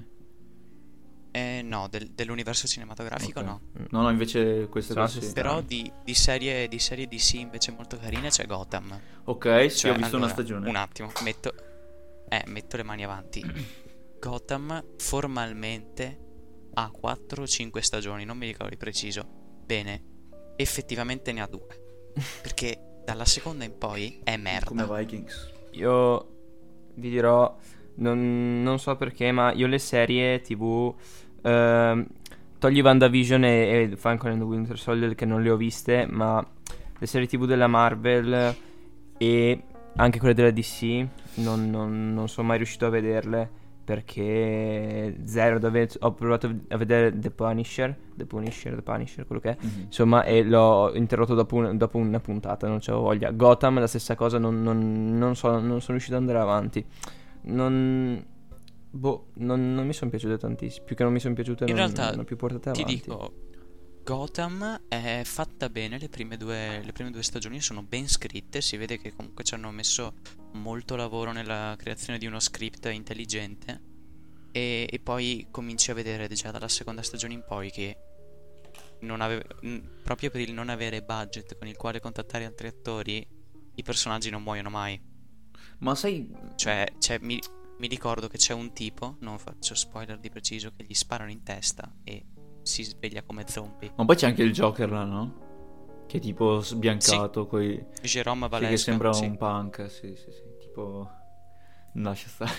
C: Eh, no, del- dell'universo cinematografico
B: Ok.
C: no.
B: No, no, invece queste
A: Sono
B: qua sì.
A: assist-
C: Però di, di serie di serie D C invece molto carine c'è Gotham.
B: Ok, sì,
C: Cioè,
B: ho visto una
C: allora,
B: stagione.
C: Un attimo, metto eh, metto le mani avanti. Gotham formalmente ha quattro o cinque stagioni, non mi ricordo di preciso. Bene, effettivamente ne ha due. Perché dalla seconda in poi è merda.
B: Come Vikings.
A: Io vi dirò, non, non so perché, ma io le serie T V, ehm, togli WandaVision e, e Falcon and the Winter Soldier che non le ho viste, ma le serie T V della Marvel e anche quelle della D C non, non- non sono mai riuscito a vederle perché zero, dove ho provato a vedere The Punisher, The Punisher, The Punisher, quello che è.
B: Mhm.
A: Insomma, e l'ho interrotto dopo, un- dopo una puntata, non c'avevo voglia. Gotham, la stessa cosa, non, non- non so, non sono riuscito ad andare avanti. Non... Boh, non, non mi sono piaciute tantissimo. Più che non mi sono piaciute,
C: In
A: non,
C: realtà,
A: non ho più portate
C: Ti
A: avanti.
C: dico, Gotham è fatta bene, le prime due, le prime due stagioni sono ben scritte, si vede che comunque ci hanno messo molto lavoro nella creazione di uno script intelligente e, e poi cominci a vedere già dalla seconda stagione in poi che non ave- mh, proprio per il non avere budget con il quale contattare altri attori, i personaggi non muoiono mai.
B: Ma sai,
C: Cioè, c'è- mi, mi ricordo che c'è un tipo, non faccio spoiler di preciso, che gli sparano in testa e si sveglia come zombie.
B: ma poi c'è anche il Joker là, no? Che è tipo sbiancato, coi...
C: Jerome
B: sì,
C: Valesca,
B: che sembra
C: sì.
B: un punk, sì, sì, sì, tipo... Lascia stare.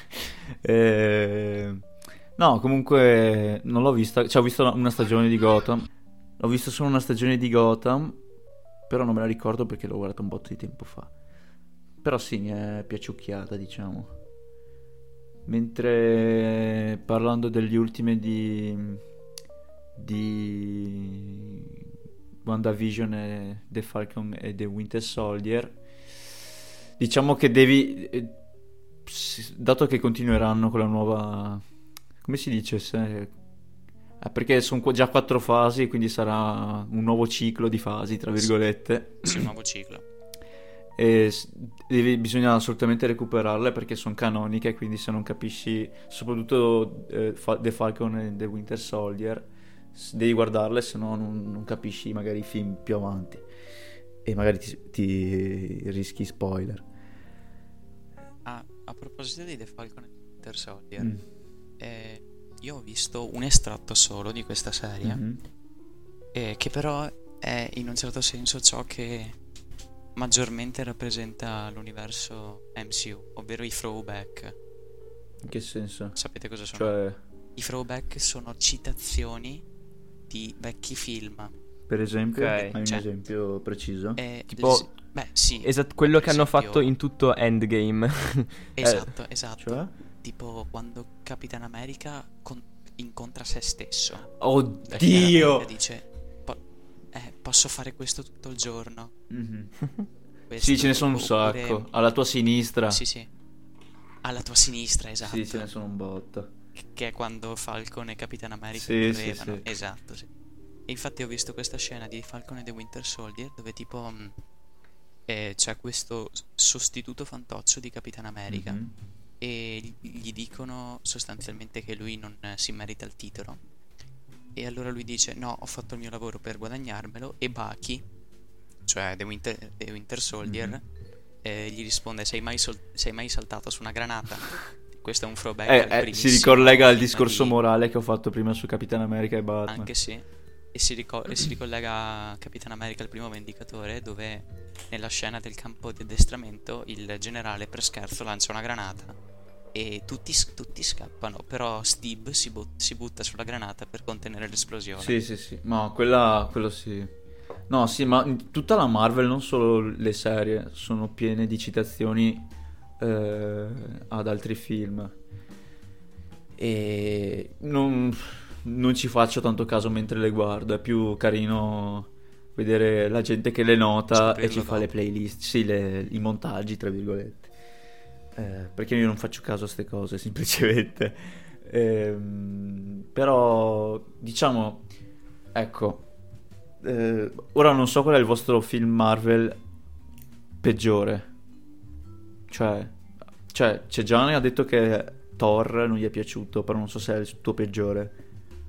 B: Eh, No, comunque non l'ho vista, cioè ho visto una stagione di Gotham, ho visto solo una stagione di Gotham, però non me la ricordo perché l'ho guardata un botto di tempo fa. Però sì, mi è piaciucchiata, diciamo. Mentre parlando degli ultimi di di WandaVision e The Falcon e The Winter Soldier, diciamo che devi eh, s- dato che continueranno con la nuova, come si dice, se eh, perché sono qua- già quattro fasi, quindi sarà un nuovo ciclo di fasi, tra virgolette.
C: Sì, un nuovo ciclo.
B: e s- devi- bisogna assolutamente recuperarle perché sono canoniche, quindi se non capisci, soprattutto eh, Fa- The Falcon e The Winter Soldier, s- devi guardarle, se no non, non capisci magari i film più avanti e magari ti, ti rischi spoiler.
C: Ah, a proposito di The Falcon e Winter Soldier,
B: Mm.
C: eh, io ho visto un estratto solo di questa serie,
B: Mhm.
C: eh, che però è in un certo senso ciò che maggiormente rappresenta l'universo M C U, ovvero i throwback.
B: In che senso?
C: Sapete cosa sono?
B: Cioè,
C: I throwback sono citazioni di vecchi film.
B: per esempio,
A: Ok.
B: hai un
C: Cioè-
B: esempio preciso?
C: E
A: Tipo-
C: l'es- beh, sì,
A: Esatto, quello
C: per
A: che hanno
C: esempio-
A: fatto in tutto Endgame.
C: esatto, esatto.
B: Cioè?
C: Tipo quando Capitan America con- incontra se stesso. Perché
B: Oddio!
C: America dice "Po- eh, posso fare questo tutto il giorno.
B: Mhm.
C: Questo",
B: Sì, ce ne sono un
C: oppure-
B: sacco. Alla tua sinistra.
C: Sì, sì. Alla tua sinistra, esatto.
B: Sì, ce ne sono un botto.
C: Che è quando Falcon e Capitan America
B: Sì, sì,
C: correvano.
B: sì.
C: Esatto, sì. E infatti ho visto questa scena di Falcon e The Winter Soldier dove tipo mh, eh, c'è questo s- sostituto fantoccio di Capitan America
B: Mhm.
C: e gli gli dicono sostanzialmente che lui non eh, si merita il titolo. E allora lui dice no, ho fatto il mio lavoro per guadagnarmelo, e Bucky, cioè The Winter, The Winter Soldier,
B: Mhm.
C: eh, gli risponde sei mai, sol- sei mai saltato su una granata? Questo è un throwback
B: Eh,
C: al
B: eh, si
C: primissimo
B: ricollega al
C: film
B: discorso
C: di-
B: morale che ho fatto prima su Capitan America e Batman.
C: Anche sì. E si, rico- e si ricollega a Capitan America, il primo Vendicatore, dove nella scena del campo di addestramento il generale per scherzo lancia una granata e tutti, s- tutti scappano, però Steve si, but- si butta sulla granata per contenere l'esplosione.
B: Sì, sì, sì. Ma quella, quello sì. No, sì, ma in tutta la Marvel, non solo le serie, sono piene di citazioni eh, ad altri film. E non, non ci faccio tanto caso mentre le guardo. È più carino vedere la gente che le nota e
C: Scoprirlo
B: ci fa le
C: dopo.
B: playlist, sì, le- i montaggi, tra virgolette. Eh, perché io non faccio caso a queste cose, semplicemente. Ehm, però, diciamo, ecco, eh, ora non so qual è il vostro film Marvel peggiore. Cioè, cioè, c'è Gianni ha detto che Thor non gli è piaciuto, però non so se è il tuo peggiore.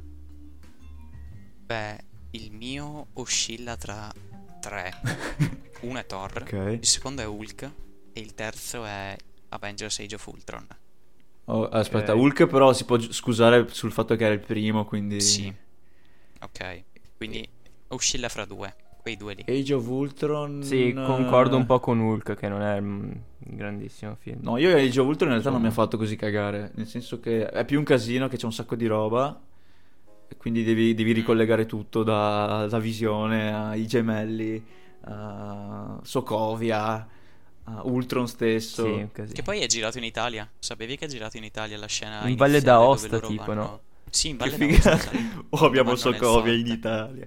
C: Beh, il mio oscilla tra tre. Uno è Thor,
B: Ok.
C: il secondo è Hulk e il terzo è Avengers Age of Ultron.
B: Oh, aspetta,
A: Ok.
B: Hulk però si può gi- scusare sul fatto che era il primo, quindi...
C: Sì. Ok, quindi oscilla fra due, quei due lì.
B: Age of Ultron...
A: Sì,
B: eh,
A: concordo un po' con Hulk, che non è mm, un grandissimo film.
B: No, io Age of Ultron in realtà non mi ha
A: Insomma.
B: fatto così cagare, nel senso che è più un casino, che c'è un sacco di roba, e quindi devi, devi ricollegare tutto, da, da Visione ai gemelli, a Sokovia, a Ultron stesso.
A: Sì, un casino.
C: Che poi è girato in Italia. Sapevi che è girato in Italia la scena
A: In Valle
C: iniziale dove
A: d'Aosta,
C: loro
A: tipo,
C: vanno-
A: no?
C: Sì, in
B: Che
C: Valle
B: figa.
C: d'Aosta, esatto.
B: Oh, abbiamo
C: Vanno nel
B: Sokovia in
C: forte.
B: Italia.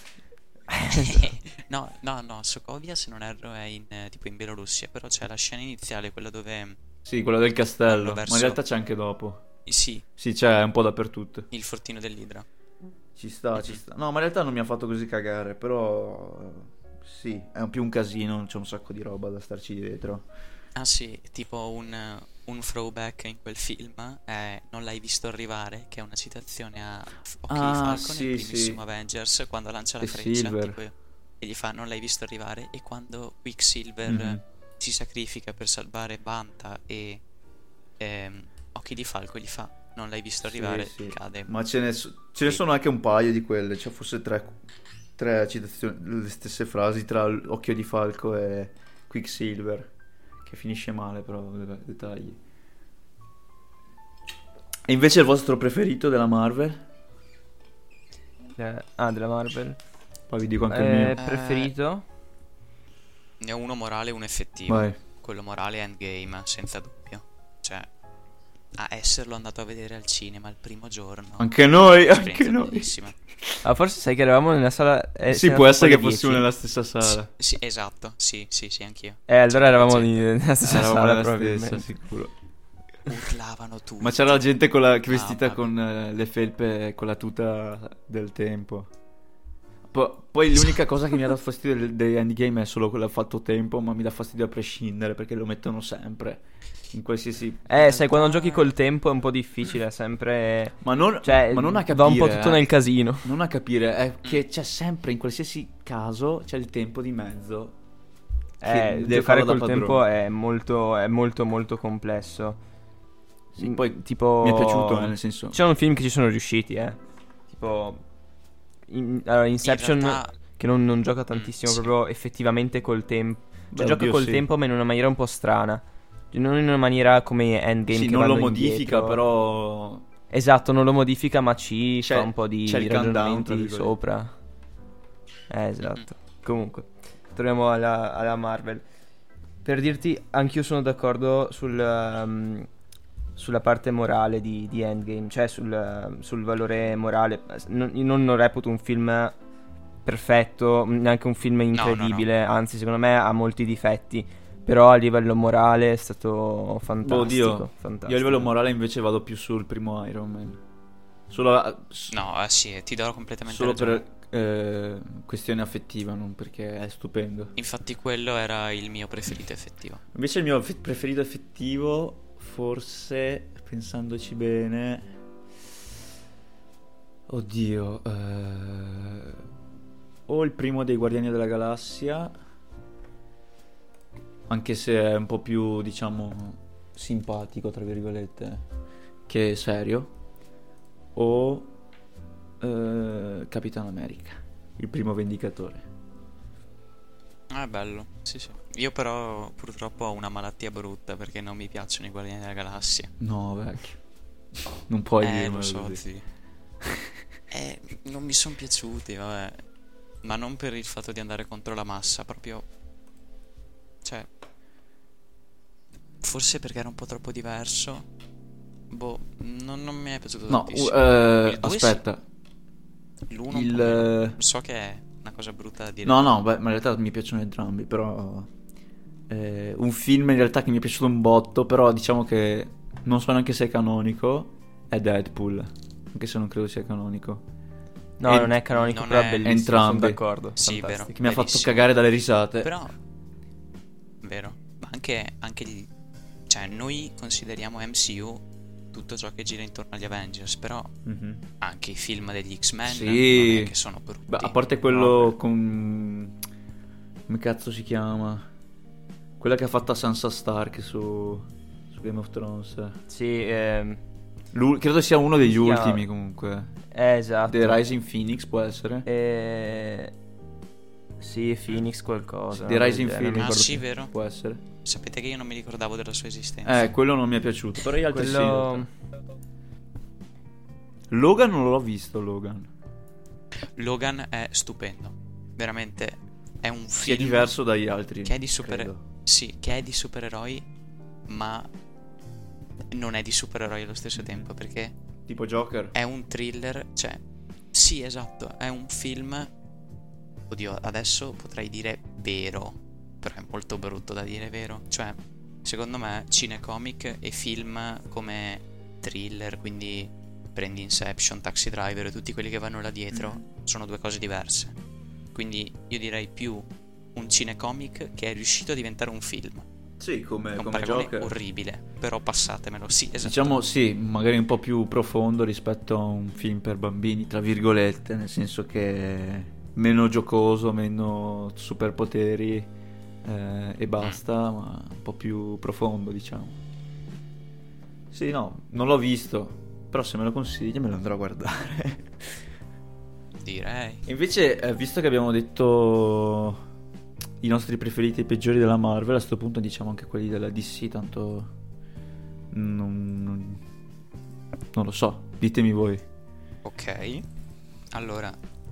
C: No, no, no, Sokovia se non erro è in, eh, tipo in Bielorussia, però c'è la scena iniziale, quella dove...
B: Sì, quella del castello,
C: Vanno verso-
B: ma in realtà c'è anche dopo.
C: Sì,
B: Sì, c'è un po' dappertutto.
C: il fortino dell'Idra.
B: Ci sta, ci sta. No, ma in realtà non mi ha fatto così cagare, però... Sì, è un più un casino, c'è un sacco di roba da starci dietro.
C: Ah sì, tipo un, eh, un throwback in quel film è Non l'hai visto arrivare, che è una citazione a F- Occhi di
B: Ah,
C: Falcon
B: sì,
C: nel primissimo
B: sì.
C: Avengers, quando lancia la
B: E
C: freccia
B: Silver.
C: tipo, e gli fa Non l'hai visto arrivare, e quando Quicksilver
B: Mhm.
C: si sacrifica per salvare Banta e ehm, Occhi di Falco gli fa Non l'hai visto
B: Sì,
C: arrivare,
B: sì.
C: cade.
B: Ma ce ne, so- ce ne
C: Sì.
B: sono anche un paio di quelle, cioè forse tre, tre citazioni, le stesse frasi tra l- Occhio di Falco e Quicksilver, che finisce male però, vabbè, dettagli. E invece il vostro preferito della Marvel?
A: Eh, ah, della Marvel.
B: Poi vi dico anche il
A: Eh,
B: mio.
A: preferito?
C: Ne ho uno morale e uno effettivo.
B: Vai.
C: Quello morale è Endgame, senza dubbio. Cioè, a esserlo andato a vedere al cinema il primo giorno.
B: Anche noi, anche
C: esperienza
B: noi.
C: bellissima.
A: Ah, forse sai che eravamo nella sala. Eh,
B: Sì,
A: c'era
B: può essere che
A: tipo le
B: fossimo
A: dieci.
B: nella stessa sala.
C: Sì, sì, esatto, sì, sì, sì, anch'io.
A: Eh, allora eravamo
C: Cioè,
A: lì nella stessa
B: Eravamo
A: sala,
B: nella
A: probabilmente.
B: stessa, sicuro.
C: urlavano tutti.
B: Ma c'era la gente con la, che
C: Ah,
B: vestita
C: vabbè.
B: con eh, le felpe con la tuta del tempo. Po- poi l'unica cosa che mi ha dato fastidio del- dei Endgame è solo quella fatto tempo, ma mi dà fastidio a prescindere perché lo mettono sempre in qualsiasi...
A: Eh, sai, quando giochi col tempo è un po' difficile, è sempre...
B: Ma non,
A: Cioè,
B: ma non a capire,
A: va un po' tutto
B: eh.
A: nel casino.
B: Non a capire, è che c'è sempre, in qualsiasi caso, c'è il tempo di mezzo. che
A: Eh,
B: deve
A: giocare
B: farlo da
A: col
B: padrone.
A: tempo è molto, è molto, molto complesso.
B: Sì,
A: Mm,
B: poi
A: tipo...
B: mi è piaciuto, eh, nel senso...
A: C'è un film che ci sono riusciti, eh. Tipo... in- allora, Inception,
C: In realtà-
A: che non, non gioca tantissimo
C: Mm, sì.
A: proprio effettivamente col tempo. Cioè,
B: Beh,
A: gioca
B: oddio,
A: col
B: sì.
A: tempo, ma in una maniera un po' strana. Cioè, non in una maniera come Endgame,
B: Sì,
A: che
B: non lo
A: vanno
B: modifica,
A: indietro.
B: però...
A: Esatto, non lo modifica, ma ci
B: C'è-
A: fa un po' di
B: c'è il countdown, tra
A: ragionamenti
B: virgolette.
A: sopra. Eh, esatto. Comunque, torniamo alla, alla Marvel. Per dirti, anch'io sono d'accordo sul, um, sulla parte morale di, di Endgame, cioè sul, sul valore morale. Non, io non lo reputo un film perfetto, neanche un film incredibile, anzi secondo me ha molti difetti. Però a livello morale è stato fantastico.
B: Oddio,
A: fantastico.
B: io a livello morale invece vado più sul primo Iron Man. Solo, a- s-
C: No, eh sì, ti do completamente
B: solo
C: ragione.
B: per eh, questione affettiva, non perché è stupendo.
C: Infatti quello era il mio preferito effettivo.
B: Invece il mio fe- preferito effettivo, forse, pensandoci bene... Oddio, eh, o il primo dei Guardiani della Galassia, anche se è un po' più, diciamo, simpatico, tra virgolette, che serio, o eh, Capitan America, il primo Vendicatore.
C: Ah, è bello, sì sì. Io però purtroppo ho una malattia brutta perché non mi piacciono i Guardiani della Galassia.
B: No, vecchio, non puoi
C: eh,
B: dirmelo
C: lo so,
B: così.
C: sì. Eh, non mi sono piaciuti, vabbè. Ma non per il fatto di andare contro la massa, proprio... Cioè... Forse perché era un po' troppo diverso. Boh, non, non mi è piaciuto
B: No,
C: tantissimo.
B: uh, eh,
C: Il due
B: aspetta,
C: sì, l'uno un
B: il...
C: po' meno.
B: eh,
C: So che è una cosa brutta da dire.
B: No, no, beh, ma in realtà mi piacciono entrambi, però... eh, un film in realtà che mi è piaciuto un botto, però diciamo che non so neanche se è canonico, è Deadpool, anche se non credo sia canonico.
A: No,
B: E-
A: non è canonico,
C: non
A: però
C: è-
A: è bellissimo, sono
B: entrambi.
A: d'accordo.
C: Sì,
A: fantastico.
C: vero.
B: Che mi ha fatto
C: Bellissimo.
B: cagare dalle risate.
C: Però... Vero. Ma anche, anche gli... Cioè, noi consideriamo M C U tutto ciò che gira intorno agli Avengers, però
B: Mhm.
C: anche i film degli X-Men
B: Sì.
C: non è che sono brutti.
B: Beh, a parte quello
A: No, beh.
B: con... come cazzo si chiama? Quella che ha fatto Sansa Stark su, su Game of Thrones.
A: Sì, ehm,
B: L'u- credo sia uno degli
A: Si chiama-
B: ultimi comunque.
A: eh, esatto.
B: The Rising Phoenix può essere?
A: Eh, sì, Phoenix qualcosa.
B: The Rising
A: Eh, non mi
B: Phoenix.
C: Ah,
A: ricordo
C: sì,
A: più.
C: vero?
B: Può essere.
C: Sapete che io non mi ricordavo della sua esistenza.
B: Eh, quello non mi è piaciuto. Però gli altri sì. in
A: Quello...
B: realtà. Logan non l'ho visto, Logan.
C: Logan è stupendo. Veramente è un
B: Sì, è
C: film
B: diverso dagli altri.
C: che è di super...
B: credo.
C: Sì, che è di supereroi, ma non è di supereroi allo stesso tempo, perché
B: Tipo Joker.
C: è un thriller, cioè sì, esatto, è un film. Oddio, adesso potrei dire vero, però è molto brutto da dire vero. Cioè, secondo me cinecomic e film come thriller, quindi prendi Inception, Taxi Driver e tutti quelli che vanno là dietro, sono due cose diverse. Quindi io direi più un cinecomic che è riuscito a diventare un film.
B: Sì, come,
C: È un
B: come
C: paragone
B: Joker.
C: orribile, però passatemelo, sì, esatto.
B: Diciamo sì, magari un po' più profondo rispetto a un film per bambini, tra virgolette, nel senso che è meno giocoso, meno superpoteri eh, e basta, ma un po' più profondo, diciamo. Sì, no, non l'ho visto, però se me lo consigli me lo andrò a guardare.
C: Direi.
B: Invece, eh, visto che abbiamo detto i nostri preferiti e i peggiori della Marvel, a questo punto diciamo anche quelli della D C, tanto non, non, non lo so, ditemi voi.
C: Ok. Allora,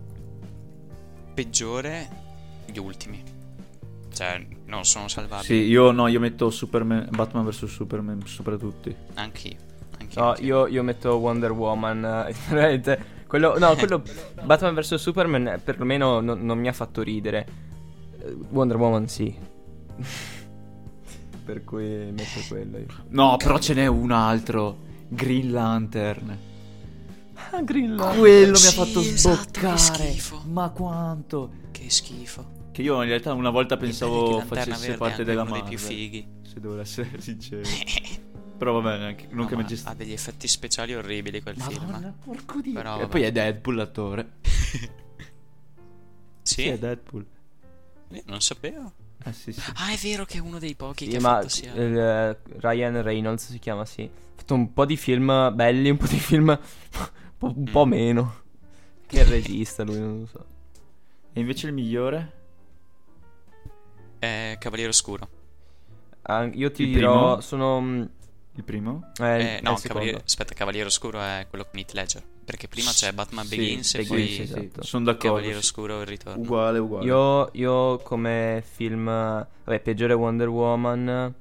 C: peggiore gli ultimi. Cioè, non sono salvabili.
B: Sì, io no, io metto Superman, Batman vs Superman sopra tutti.
C: Anch'io. Anch'io,
A: No,
C: anch'io.
A: io, io metto Wonder Woman. eh, Veramente. Quello, no, quello Batman vs Superman eh, perlomeno non, non mi ha fatto ridere. Eh, Wonder Woman sì. Per cui metto quello io.
B: No, però ce n'è un altro, Green Lantern.
A: Green Lantern.
B: Quello mi ha
C: Sì,
B: fatto
C: esatto, che
B: sboccare.
C: schifo.
B: Ma quanto?
C: Che schifo.
B: Che io in realtà una volta
C: Vedi
B: pensavo
C: che Lanterna
B: facesse
C: Verde è
B: parte
C: anche
B: della
C: uno dei
B: Marvel.
C: più fighi.
B: Se devo essere sincero. Però vabbè, neanche, non
C: No,
B: che mi
C: ma
B: gest-
C: ha degli effetti speciali orribili quel
B: Madonna,
C: film.
B: porco dio.
C: Però,
B: E
C: vabbè.
B: poi è Deadpool l'attore.
C: Sì?
B: Sì, è Deadpool.
C: Eh, Non sapevo.
B: Eh sì, sì.
C: Ah, è vero che è uno dei pochi
A: Sì,
C: che ha
A: ma
C: fatto sia.
A: eh, Ryan Reynolds si chiama, sì. Ha fatto un po' di film belli, un po' di film un po', un po'
C: Mm.
A: meno. Che il regista lui, non lo so.
B: E invece il migliore?
C: È Cavaliere Oscuro.
A: Ah, io ti
B: Il
A: dirò,
B: primo?
A: sono... mm,
B: Il primo?
A: Eh,
C: Eh,
A: è
C: no,
A: il secondo.
C: Cavaliere... aspetta, Cavaliere Oscuro è quello con Heath Ledger. Perché prima c'è Batman
B: Sì,
C: Begins e
A: Begins,
C: poi
A: sì, esatto.
B: Sono d'accordo.
C: Cavaliere
B: sì.
C: Oscuro il ritorno.
B: Uguale, uguale.
A: Io, io come film, vabbè, peggiore Wonder Woman,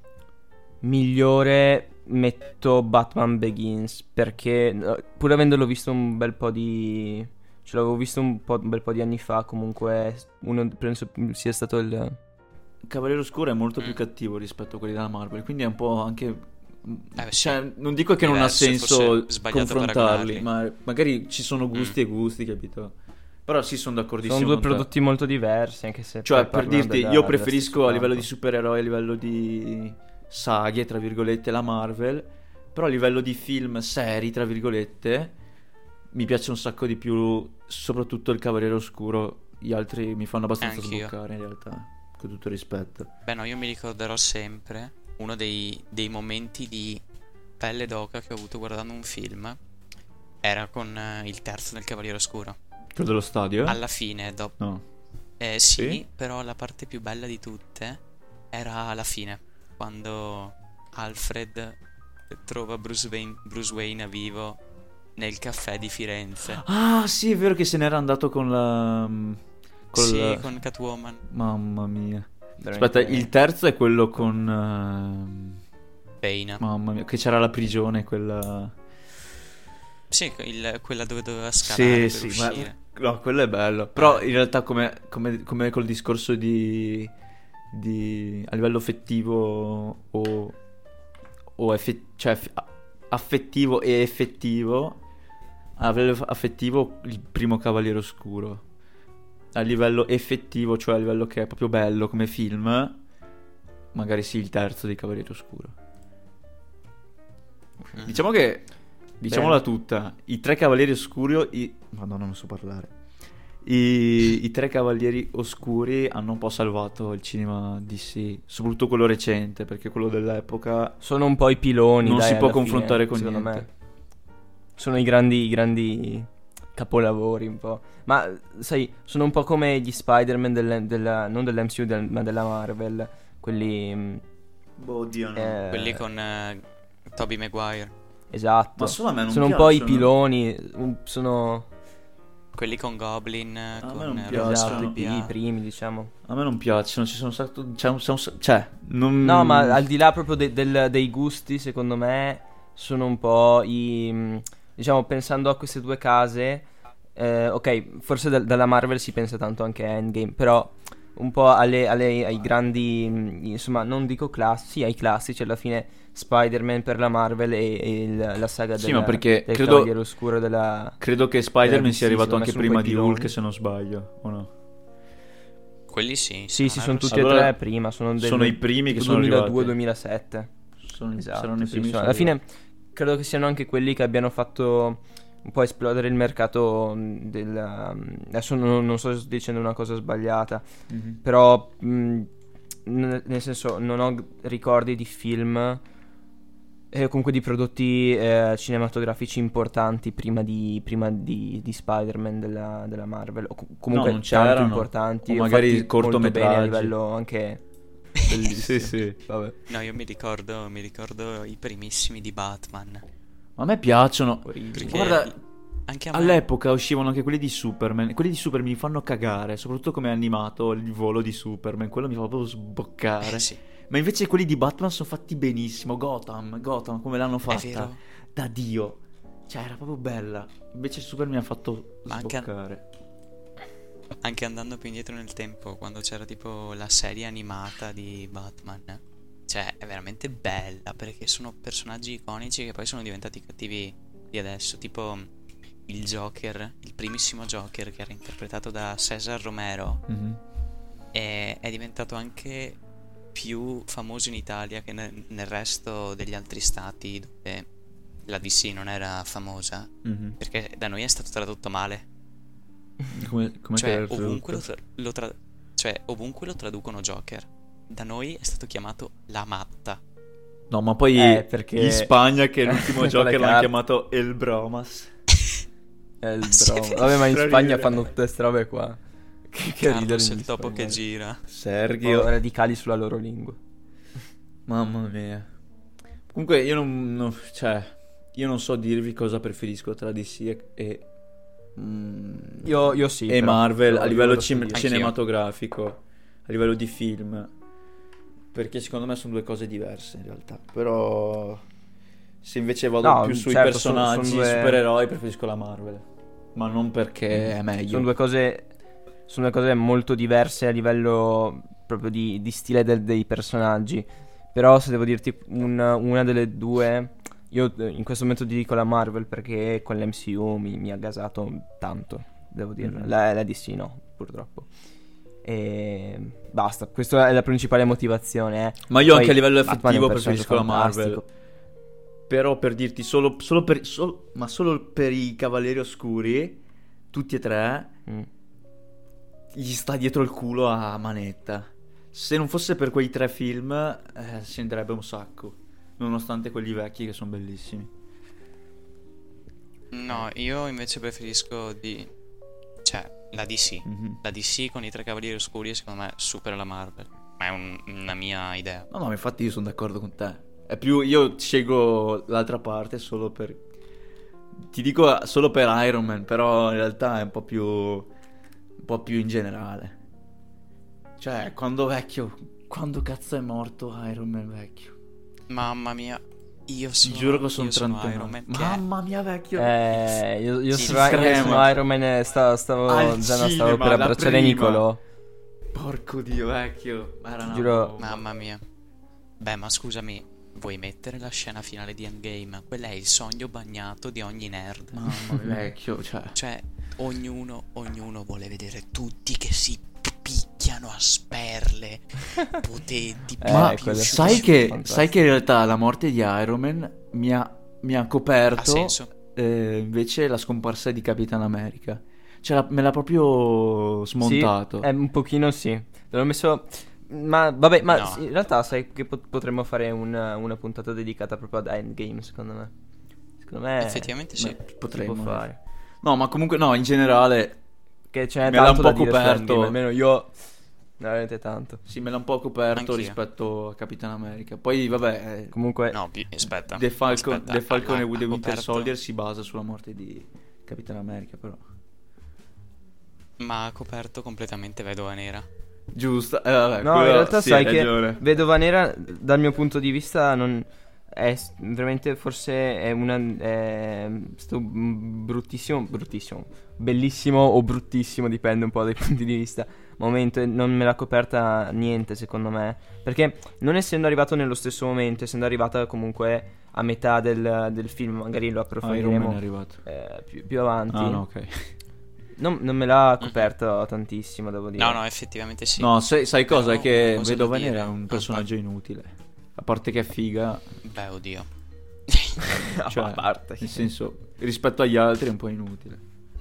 A: migliore metto Batman Begins, perché eh, pur avendolo visto un bel po' di... ce l'avevo visto un, po', un bel po' di anni fa, comunque uno penso sia stato il...
B: Cavaliere Oscuro è molto
C: Mm.
B: più cattivo rispetto a quelli della Marvel, quindi è un po' anche...
C: Eh, sì.
B: Cioè, non dico che non ha
C: Diverso,
B: senso
C: forse sbagliato
B: confrontarli,
C: paragonarli.
B: ma magari ci sono gusti
C: Mm.
B: e gusti, capito? Però sì, sono d'accordissimo
A: Sono due
B: con te.
A: prodotti molto diversi, anche se...
B: Cioè,
A: poi
B: per
A: parlano
B: dirti,
A: della-
B: io
A: dello
B: preferisco
A: stesso
B: a livello di
A: campo.
B: supereroi, a livello di saghe, tra virgolette, la Marvel, però a livello di film seri, tra virgolette, mi piace un sacco di più, soprattutto il Cavaliere Oscuro. Gli altri mi fanno abbastanza
C: Anch'io.
B: sboccare, in realtà, con tutto rispetto.
C: Beh, no, io mi ricorderò sempre uno dei, dei momenti di pelle d'oca che ho avuto guardando un film. Era con eh, il terzo del Cavaliere Oscuro.
B: Quello dello stadio?
C: Alla fine, dopo...
B: No.
C: Eh, sì,
B: Sì?
C: però la parte più bella di tutte era alla fine, quando Alfred trova Bruce Wayne, Bruce Wayne a vivo nel caffè di Firenze.
B: Ah, sì, è vero che se n'era andato con la... Con
C: Sì,
B: la-
C: con Catwoman.
B: Mamma mia.
A: Veramente-
B: Aspetta, il terzo è quello con... ehm,
C: Bane.
B: Mamma mia, che c'era la prigione, quella...
C: Sì, il- quella dove doveva scalare
B: Sì,
C: per
B: sì, ma...
C: uscire.
B: No, quello è bello. Però in realtà come, come, come col discorso di... di... a livello affettivo o... o effe- cioè eff- affettivo e effettivo... A livello affettivo il primo Cavaliere Oscuro. A livello effettivo, cioè a livello che è proprio bello come film, magari sì il terzo di Cavaliere Oscuro.
C: Mhm.
B: Diciamo che, diciamola tutta, i tre Cavalieri Oscuri, i... Madonna, non so parlare. I, I tre Cavalieri Oscuri hanno un po' salvato il cinema D C, soprattutto quello recente, perché quello dell'epoca
A: Sono un po' i piloni,
B: non
A: dai,
B: si può
A: alla
B: confrontare
A: fine,
B: con
A: secondo
B: niente.
A: me. Sono i grandi, i grandi capolavori un po'. Ma sai, sono un po' come gli Spider-Man del- della, non dell'M C U, del- ma della Marvel. Quelli... mm,
B: Boh, oddio, no.
A: eh,
C: Quelli con eh, Tobey Maguire.
A: Esatto.
B: Ma solo a me non
A: sono un po' i
B: piacciono.
A: piloni, un- sono...
C: Quelli con Goblin,
B: A me
C: con
B: non
C: eh,
B: piacciono.
C: Robert
A: Esatto, i,
C: Sabbia.
A: i primi, diciamo.
B: A me non piacciono, ci sono un sacco... C'è un, c'è un- cioè, non...
A: No, ma al di là proprio de- del- dei gusti, secondo me, sono un po' i... mh, diciamo, pensando a queste due case, eh, ok, forse dal- dalla Marvel si pensa tanto anche a Endgame, però un po' alle, alle- ai grandi, mh, insomma, non dico classici, sì, ai classici, alla fine Spider-Man per la Marvel e, e il- la saga
B: Sì,
A: della-
B: ma perché
A: del
B: credo-
A: Cavaliere Oscuro della...
B: Credo che Spider-Man
A: Eh, sì,
B: sia arrivato
A: secondo me
B: anche
A: sono
B: prima
A: quei
B: di
A: piloni.
B: Hulk, se non sbaglio, o no?
C: Quelli sì.
A: Sì, sì, sono
C: secondo me
A: tutti
B: Allora,
A: e tre prima, sono, del,
B: sono i primi che
A: tipo
B: sono
A: duemiladue
B: arrivati.
A: duemilasette.
B: Sono,
A: Esatto,
B: saranno i
A: sì,
B: primi
A: sono-
B: che
A: alla
B: sono
A: fine credo che siano anche quelli che abbiano fatto un po' esplodere il mercato mh, del... mh, adesso non, non so se sto dicendo una cosa sbagliata,
B: arrivati. Mhm.
A: però mh, n- nel senso non ho g- ricordi di film e comunque di prodotti eh, cinematografici importanti prima di, prima di, di Spider-Man della, della Marvel, o co- comunque
B: non
A: tanto
B: c'erano.
A: importanti,
B: O magari
A: fatti molto bene a
B: cortometraggi.
A: livello anche
B: Sì,
A: bellissimo.
B: sì.
A: Vabbè.
C: No, io mi ricordo, mi ricordo i primissimi di Batman.
B: Ma a me piacciono.
A: Orribili.
C: Perché
B: Guarda,
C: anche a me.
B: all'epoca uscivano anche quelli di Superman. Quelli di Superman mi fanno cagare, soprattutto come è animato il volo di Superman. Quello mi fa proprio sboccare.
C: Eh, sì,
B: Ma invece quelli di Batman sono fatti benissimo. Gotham, Gotham, come l'hanno
C: è
B: fatta.
C: vero.
B: Da Dio. Cioè, era proprio bella. Invece Super mi ha fatto
C: Ma anche-
B: sboccare.
C: Anche andando più indietro nel tempo, quando c'era tipo la serie animata di Batman. Cioè, è veramente bella perché sono personaggi iconici che poi sono diventati cattivi di adesso. Tipo il Joker, il primissimo Joker che era interpretato da Cesar Romero,
B: Mhm.
C: è, è diventato anche più famoso in Italia che nel, nel resto degli altri stati dove la D C non era famosa,
B: Mhm.
C: perché da noi è stato tradotto male.
B: Come, come
C: Cioè,
B: che era
C: ovunque lo,
B: tradotto?
C: tra- lo tra- cioè, ovunque lo traducono Joker. Da noi è stato chiamato La Matta.
B: No, ma poi
A: Eh, perché-
B: in Spagna che l'ultimo
A: Con le
B: Joker l'hanno
A: carte.
B: chiamato El Bromas.
A: È il
C: Sì,
A: bromo.
C: è
A: Vabbè, ma in
B: Fa
A: Spagna
B: ridere.
A: fanno tutte queste robe qua. Che, che ridere
C: Carlos è
A: in
C: il topo
A: Spagna.
C: che gira.
B: Sergio.
A: Oh, radicali sulla loro lingua.
B: Mamma mia. Comunque io non, non- cioè, io non so dirvi cosa preferisco tra D C e, e, mm,
A: Io, io sì.
B: e
A: però.
B: Marvel
A: Io-
B: a
A: io
B: livello
A: lo so
B: cin-
A: dire.
C: Anch'io.
B: cinematografico, a livello di film. Perché secondo me sono due cose diverse in realtà. Però se invece vado
A: No,
B: più sui
A: certo, sono-
B: personaggi,
A: sono due-
B: supereroi, preferisco la Marvel. Ma non perché è meglio.
A: Sono due cose. Sono due cose molto diverse a livello proprio di, di stile del- dei personaggi. Però se devo dirti un- una delle due, io eh, in questo momento ti dico la Marvel perché con l'M C U mi, mi ha gasato tanto, devo dire.
B: Mhm.
A: La, la D C no, purtroppo. E basta, questa è la principale motivazione. eh.
B: Ma io
A: Poi
B: anche a livello
A: Batman è un
B: effettivo
A: personaggio
B: preferisco la Marvel.
A: fantastico.
B: Però per dirti solo, solo per sol- ma solo per i Cavalieri Oscuri, tutti e tre,
A: Mm.
B: gli sta dietro il culo a manetta. Se non fosse per quei tre film, eh, si andrebbe un sacco. Nonostante quelli vecchi che sono bellissimi.
C: No, io invece preferisco di... Cioè, la D C.
B: Mhm.
C: La D C con i tre Cavalieri Oscuri secondo me supera la Marvel. Ma è un- una mia idea.
B: No, no, infatti io sono d'accordo con te. È più, io scelgo l'altra parte solo per... Ti dico solo per Iron Man, però in realtà è un po' più... un po' più in generale. Cioè, quando vecchio... Quando cazzo è morto Iron Man vecchio?
C: Mamma mia, io
B: Ti
C: sono,
B: giuro che sono
C: io sono
B: trentanove.
C: Iron Man. che-
B: Mamma mia vecchio.
A: Eh, io, io
C: Sì,
A: sono, io
B: crema.
A: sono Iron Man e stavo, stavo,
B: Al
A: già no, stavo
B: cinema,
A: per
B: la
A: abbracciare
B: prima.
A: Nicolo.
B: Porco dio vecchio. Era una
A: Giuro-
B: bomba.
C: Mamma mia. Beh, ma scusami, vuoi mettere la scena finale di Endgame? Quella è il sogno bagnato di ogni nerd.
B: Mamma mia vecchio, cioè...
C: Cioè, ognuno, ognuno vuole vedere tutti che si picchiano a sperle, potenti,
A: Eh,
B: Ma
A: quello è
B: sai
A: stato
B: che,
A: fantastico.
B: sai che in realtà la morte di Iron Man mi ha, mi ha
C: Ha
B: coperto
C: senso.
B: eh, invece la scomparsa di Capitan America. Cioè la- me l'ha proprio smontato.
A: Sì, eh, un pochino sì. Te l'ho messo. Ma vabbè, ma
C: No.
A: sì, in realtà sai che pot- potremmo fare una, una puntata dedicata proprio ad Endgame, secondo me. Secondo me
C: Effettivamente sì.
A: ma- si
B: Potremmo,
A: può fare.
B: No, ma comunque no, in generale
A: Che ce n'è
B: Me l'ha
A: tanto
B: un
A: da
B: po'
A: dire su
B: coperto.
A: Endgame, almeno io veramente tanto.
B: sì, me l'ha un po' coperto
C: Anch'io.
B: rispetto a Capitan America. Poi vabbè, eh,
A: Comunque
C: No, pi- aspetta.
B: The Falcon,
C: aspetta,
B: The Falcon
C: ha-
B: e
C: ha
B: The Winter
C: coperto-
B: Soldier si basa sulla morte di Capitan America, però.
C: Ma ha coperto completamente Vedova Nera.
B: Giusto, eh, vabbè,
A: no,
B: quello-
A: in realtà
B: sì,
A: sai
B: hai
A: che
B: ragione.
A: Vedova Nera dal mio punto di vista non è s- veramente forse è una è sto bruttissimo, bruttissimo, bellissimo o bruttissimo, dipende un po' dai punti di vista. Momento e non me l'ha coperta niente secondo me, perché non essendo arrivato nello stesso momento, essendo arrivata comunque a metà del, del film, magari lo
B: Iron Man
A: approfondiremo
B: è arrivato.
A: eh, più, più avanti.
B: Ah, no, ok.
A: non, non me l'ha coperto tantissimo, devo dire.
C: No, no, effettivamente sì.
B: No, sai, sai cosa?
C: Però
B: È che
C: una cosa da
B: Vedova
C: dire-
B: Nera è un
C: Ah,
B: personaggio inutile. A parte che è figa,
C: Beh, oddio.
A: Ah,
B: cioè,
A: a parte.
B: nel senso, rispetto agli altri è un po' inutile.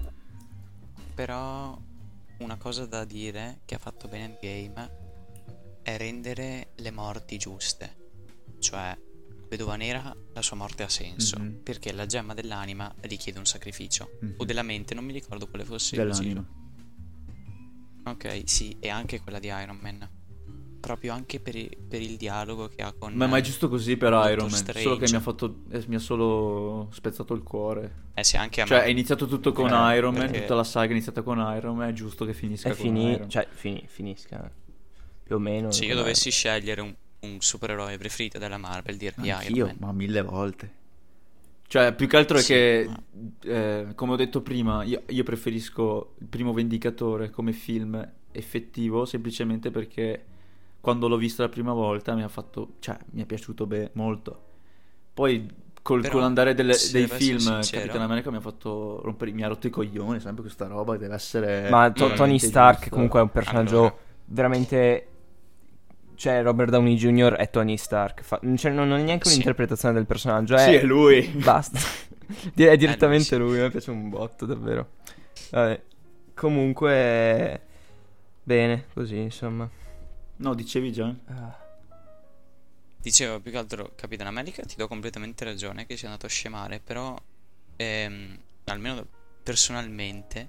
C: Però una cosa da dire che ha fatto bene Endgame è rendere le morti giuste. Cioè, Vedova Nera, la sua morte ha senso,
B: Mhm.
C: perché la gemma dell'anima richiede un sacrificio.
B: Mhm.
C: O della mente, non mi ricordo quale fosse
B: Dell'anima.
C: preciso. Ok, sì, e anche quella di Iron Man. Proprio anche per, i- per il dialogo che ha con...
B: Ma, ma è giusto così per
C: Doctor
B: Iron Man.
C: Strange.
B: Solo che mi ha fatto. eh, mi ha solo spezzato il cuore.
C: Eh sì, anche a
B: Cioè, è
C: me.
B: iniziato tutto con
C: Eh,
B: Iron Man.
C: perché-
B: Tutta la saga è iniziata con Iron Man. È giusto che finisca
A: E
B: con
A: fini,
B: Iron Man.
A: cioè fini, finisca più o meno.
C: Se io
A: con
C: dovessi scegliere un, un supereroe preferito della Marvel, direi Iron
B: Anch'io,
C: Man.
B: ma mille volte. Cioè, più che altro è
C: Sì,
B: che,
C: ma-
B: eh, come ho detto prima, io, io preferisco il primo Vendicatore come film effettivo, semplicemente perché quando l'ho visto la prima volta mi ha fatto, cioè, mi è piaciuto be- molto. Poi, col,
C: Però,
B: con l'andare delle-
C: se
B: dei
C: devo essere
B: film
C: sincero-
B: Capitan America mi ha fatto rompere, mi ha rotto i coglioni, sempre questa roba deve essere
A: Ma to-
C: Mm.
A: Tony
B: veramente
A: Stark
B: giusta.
A: comunque è un personaggio
C: Allora.
A: veramente... Cioè, Robert Downey junior è Tony Stark. Fa- cioè, non, non è neanche
C: Sì.
A: un'interpretazione del personaggio. È...
B: Sì, è lui.
A: Basta. Di- è direttamente
C: Eh, lui,
A: lui. Mi piace un botto, davvero. Vabbè. Comunque... Bene, così, insomma.
B: No, dicevi già.
A: Ah.
C: Dicevo, più che altro Capitan America, ti do completamente ragione che sia andato a scemare, però ehm, almeno personalmente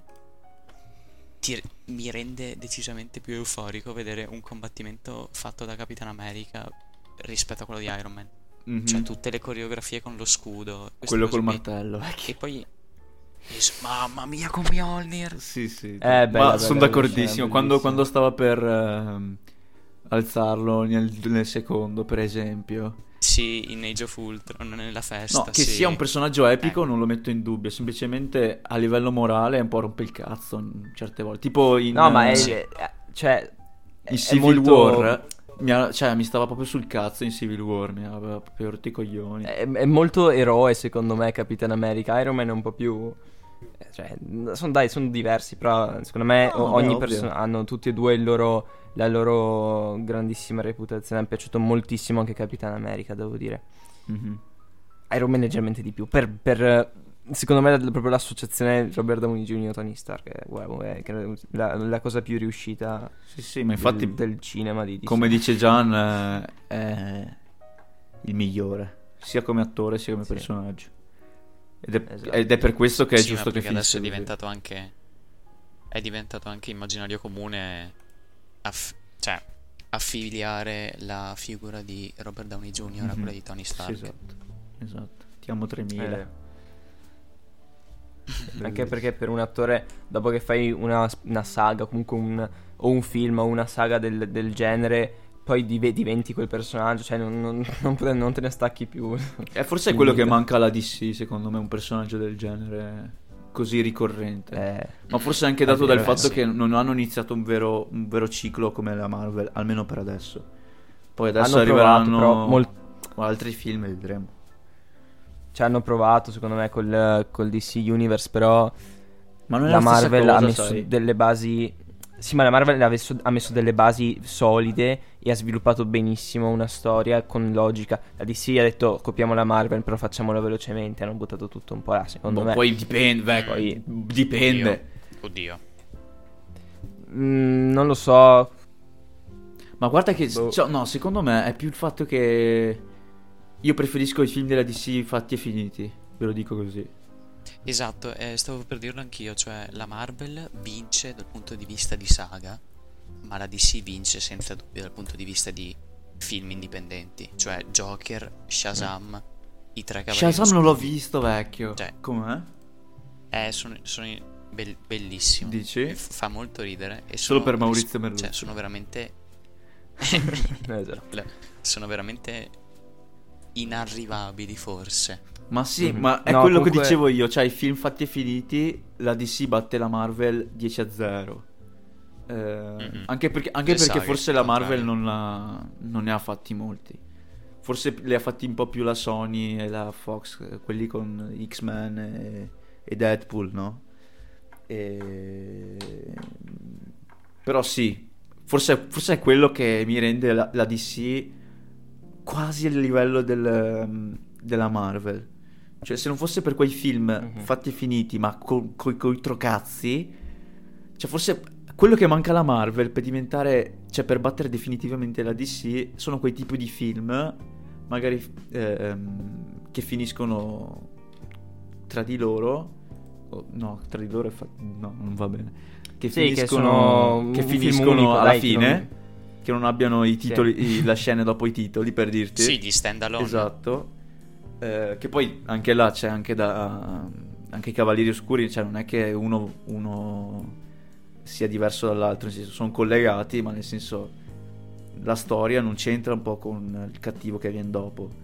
C: ti- mi rende decisamente più euforico vedere un combattimento fatto da Capitan America rispetto a quello di Iron Man.
B: Mhm.
C: Cioè tutte le coreografie con lo scudo, queste
B: Quello
C: cose
B: col
C: qui.
B: martello.
C: E poi dici, mamma mia con Mjolnir.
B: Sì, sì.
A: Eh, bella,
B: Ma
A: bella,
B: sono
A: bella
B: d'accordissimo.
A: scena,
B: Quando,
A: bellissima.
B: quando stava per ehm, alzarlo nel, nel secondo, per esempio.
C: Sì, in Age of Ultron, nella festa.
B: No, che
C: sì.
B: sia un personaggio epico
C: Eh.
B: non lo metto in dubbio. Semplicemente a livello morale è un po' rompe il cazzo in certe volte. Tipo in,
A: No, ma è...
B: eh,
C: sì.
A: è- cioè... è-
B: in
A: è
B: Civil
A: molto-
B: War. Mi, ha- cioè, mi stava proprio sul cazzo in Civil War. Mi aveva proprio rotto i coglioni.
A: È, è molto eroe, secondo me, Capitan America. Iron Man è un po' più... eh, Cioè, sono, dai, sono diversi, però secondo me
B: No,
A: o-
B: beh,
A: ogni
B: ovvio.
A: persona hanno tutti e due il loro, la loro grandissima reputazione. Mi è piaciuto moltissimo anche Capitan America, devo dire.
B: Mhm.
A: Iron Man leggermente di più. Per, per, secondo me, la- proprio l'associazione Robert Downey junior Tony Stark è, wow, è credo la, la cosa più riuscita
B: Sì, sì, ma infatti,
A: del, del cinema. Di, di
B: come dice Gian, eh, è il migliore. Sia come attore sia come
A: Sì.
B: personaggio. Ed è,
A: Esatto.
B: ed è per questo che è
C: Sì, ma
B: giusto che
C: perché adesso
B: finisca
C: è
B: così.
C: diventato anche è diventato anche immaginario comune aff- cioè affiliare la figura di Robert Downey junior a
B: Mhm.
C: quella di Tony
B: Sì,
C: Stark.
B: esatto. Esatto. Ti amo tremila.
A: Eh. Anche perché per un attore, dopo che fai una, una saga, comunque un, o un film o una saga del, del genere, poi dive- diventi quel personaggio, cioè non, non, non, pot- non te ne stacchi più.
B: E forse è quello che
A: Finita.
B: manca alla D C, secondo me, un personaggio del genere così ricorrente.
A: Eh,
B: Ma forse anche
A: È
B: dato
A: vero,
B: dal fatto
C: sì.
B: che non hanno iniziato un vero, un vero ciclo come la Marvel, almeno per adesso. Poi adesso
A: hanno provato,
B: arriveranno
A: però, mol-
B: altri film e vedremo.
A: cioè hanno provato secondo me col, col D C Universe, però
B: Ma non è
A: la
B: la stessa
A: Marvel ha
B: cosa,
A: messo
B: sai.
A: delle basi. Sì, ma la Marvel ha messo, ha messo delle basi solide e ha sviluppato benissimo una storia con logica. La D C ha detto copiamo la Marvel, però facciamolo velocemente. Hanno buttato tutto un po' là, secondo
B: Boh,
A: me.
B: poi dipende, vecchio,
A: Poi-
B: dipende.
C: Oddio.
A: Mm, non lo so.
B: Ma guarda che,
A: Boh.
B: cioè, no, secondo me è più il fatto che io preferisco i film della D C fatti e finiti, ve lo dico così.
C: Esatto, eh, stavo per dirlo anch'io, cioè la Marvel vince dal punto di vista di saga, ma la D C vince senza dubbio dal punto di vista di film indipendenti, cioè Joker, Shazam, i tre cavalieri
B: Shazam non l'ho
C: oscuri.
B: visto, vecchio.
C: Cioè,
B: Com'è?
C: Eh, sono, sono bell- bellissimo.
B: Dici?
C: F- Fa molto ridere. E
B: Solo
C: sono-
B: per Maurizio Merluzzi.
C: Cioè, sono veramente.
A: Esatto.
C: sono veramente inarrivabili, forse.
B: Ma sì,
A: Mhm.
B: ma è
A: No,
B: quello
A: comunque-
B: che dicevo io, cioè i film fatti e finiti, la D C batte la Marvel dieci a zero. Eh,
C: Mhm.
B: Anche perché, anche
C: Le
B: perché
C: saghe,
B: forse
C: al
B: la Marvel
C: contrario.
B: non, la- non ne ha fatti molti. Forse li ha fatti un po' più la Sony e la Fox, eh, quelli con X-Men e, e Deadpool, no? E... Però sì, forse, forse è quello che mi rende la, la D C quasi al livello del, ehm, della Marvel. Cioè, se non fosse per quei film
A: Mhm.
B: fatti e finiti, ma con i trocazzi, cioè forse quello che manca alla Marvel per diventare, cioè per battere definitivamente la D C, sono quei tipi di film, magari ehm, che finiscono tra di loro. Oh, no, tra di loro è fa- no, non va bene. Che
A: Sì, che
B: finiscono,
A: sono
B: che
A: un film
B: finiscono
A: unico,
B: alla
A: dai, che
B: fine,
A: non-
B: che non abbiano i titoli, i- la scena dopo i titoli, per dirti.
C: Sì, gli stand alone.
B: Esatto. Eh, che poi anche là c'è anche da anche i Cavalieri Oscuri, cioè non è che uno, uno sia diverso dall'altro, nel senso sono collegati, ma nel senso la storia non c'entra un po' con il cattivo che viene dopo.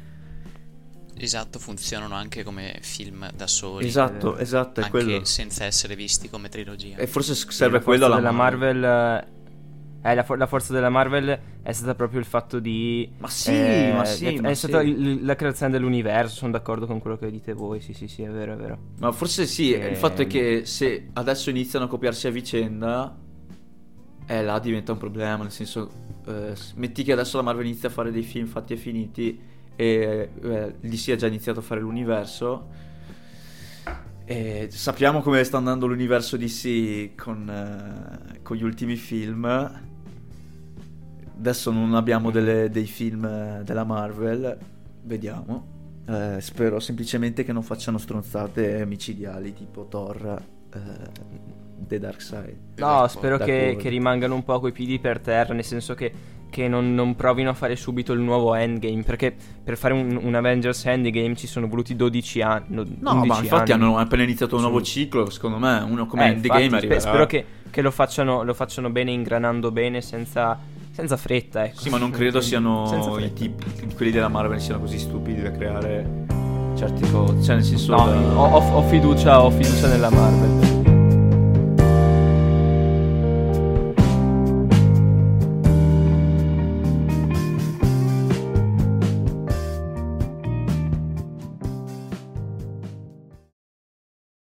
C: Esatto, funzionano anche come film da soli.
B: Esatto, esatto, è
C: Anche
B: quello.
C: senza essere visti come trilogia.
B: E forse s-
A: Sì,
B: serve
A: la
B: quello
A: forza
B: alla
A: della
B: Marvel.
A: Marvel, Eh, la, for- la forza della Marvel è stata proprio il fatto di...
B: Ma sì,
A: eh,
B: ma sì,
A: È,
B: ma
A: è stata
B: sì.
A: il- la creazione dell'universo, sono d'accordo con quello che dite voi, sì sì sì, è vero, è vero.
B: Ma forse sì,
A: Che-
B: il fatto è che se adesso iniziano a copiarsi a vicenda, eh, là diventa un problema, nel senso, eh, s- metti che adesso la Marvel inizia a fare dei film fatti e finiti e eh, D C ha già iniziato a fare l'universo, e sappiamo come sta andando l'universo D C con, eh, con gli ultimi film. Adesso non abbiamo delle- dei film eh, della Marvel, vediamo. Eh, spero semplicemente che non facciano stronzate micidiali tipo Thor, eh, The Dark Side.
A: No,
C: D'accordo.
A: spero che,
B: D'accordo.
A: che rimangano un po' coi piedi per terra, nel senso che, che non, non provino a fare subito il nuovo Endgame, perché per fare un, un Avengers Endgame ci sono voluti dodici anni. No,
B: No, ma infatti
A: anni.
B: hanno appena iniziato un nuovo
A: Sì.
B: ciclo, secondo me, uno come
A: Eh,
B: Endgame
A: infatti, spe-
B: arriverà.
A: spero che, che lo, facciano, lo facciano bene, ingranando bene, senza, senza fretta, ecco.
B: Sì, ma non credo
A: Senza
B: siano
A: fretta.
B: i tipi, quelli della Marvel siano così stupidi da creare certe cose, cioè nel senso
A: No,
B: da-
A: ho, ho- ho fiducia, ho fiducia nella Marvel.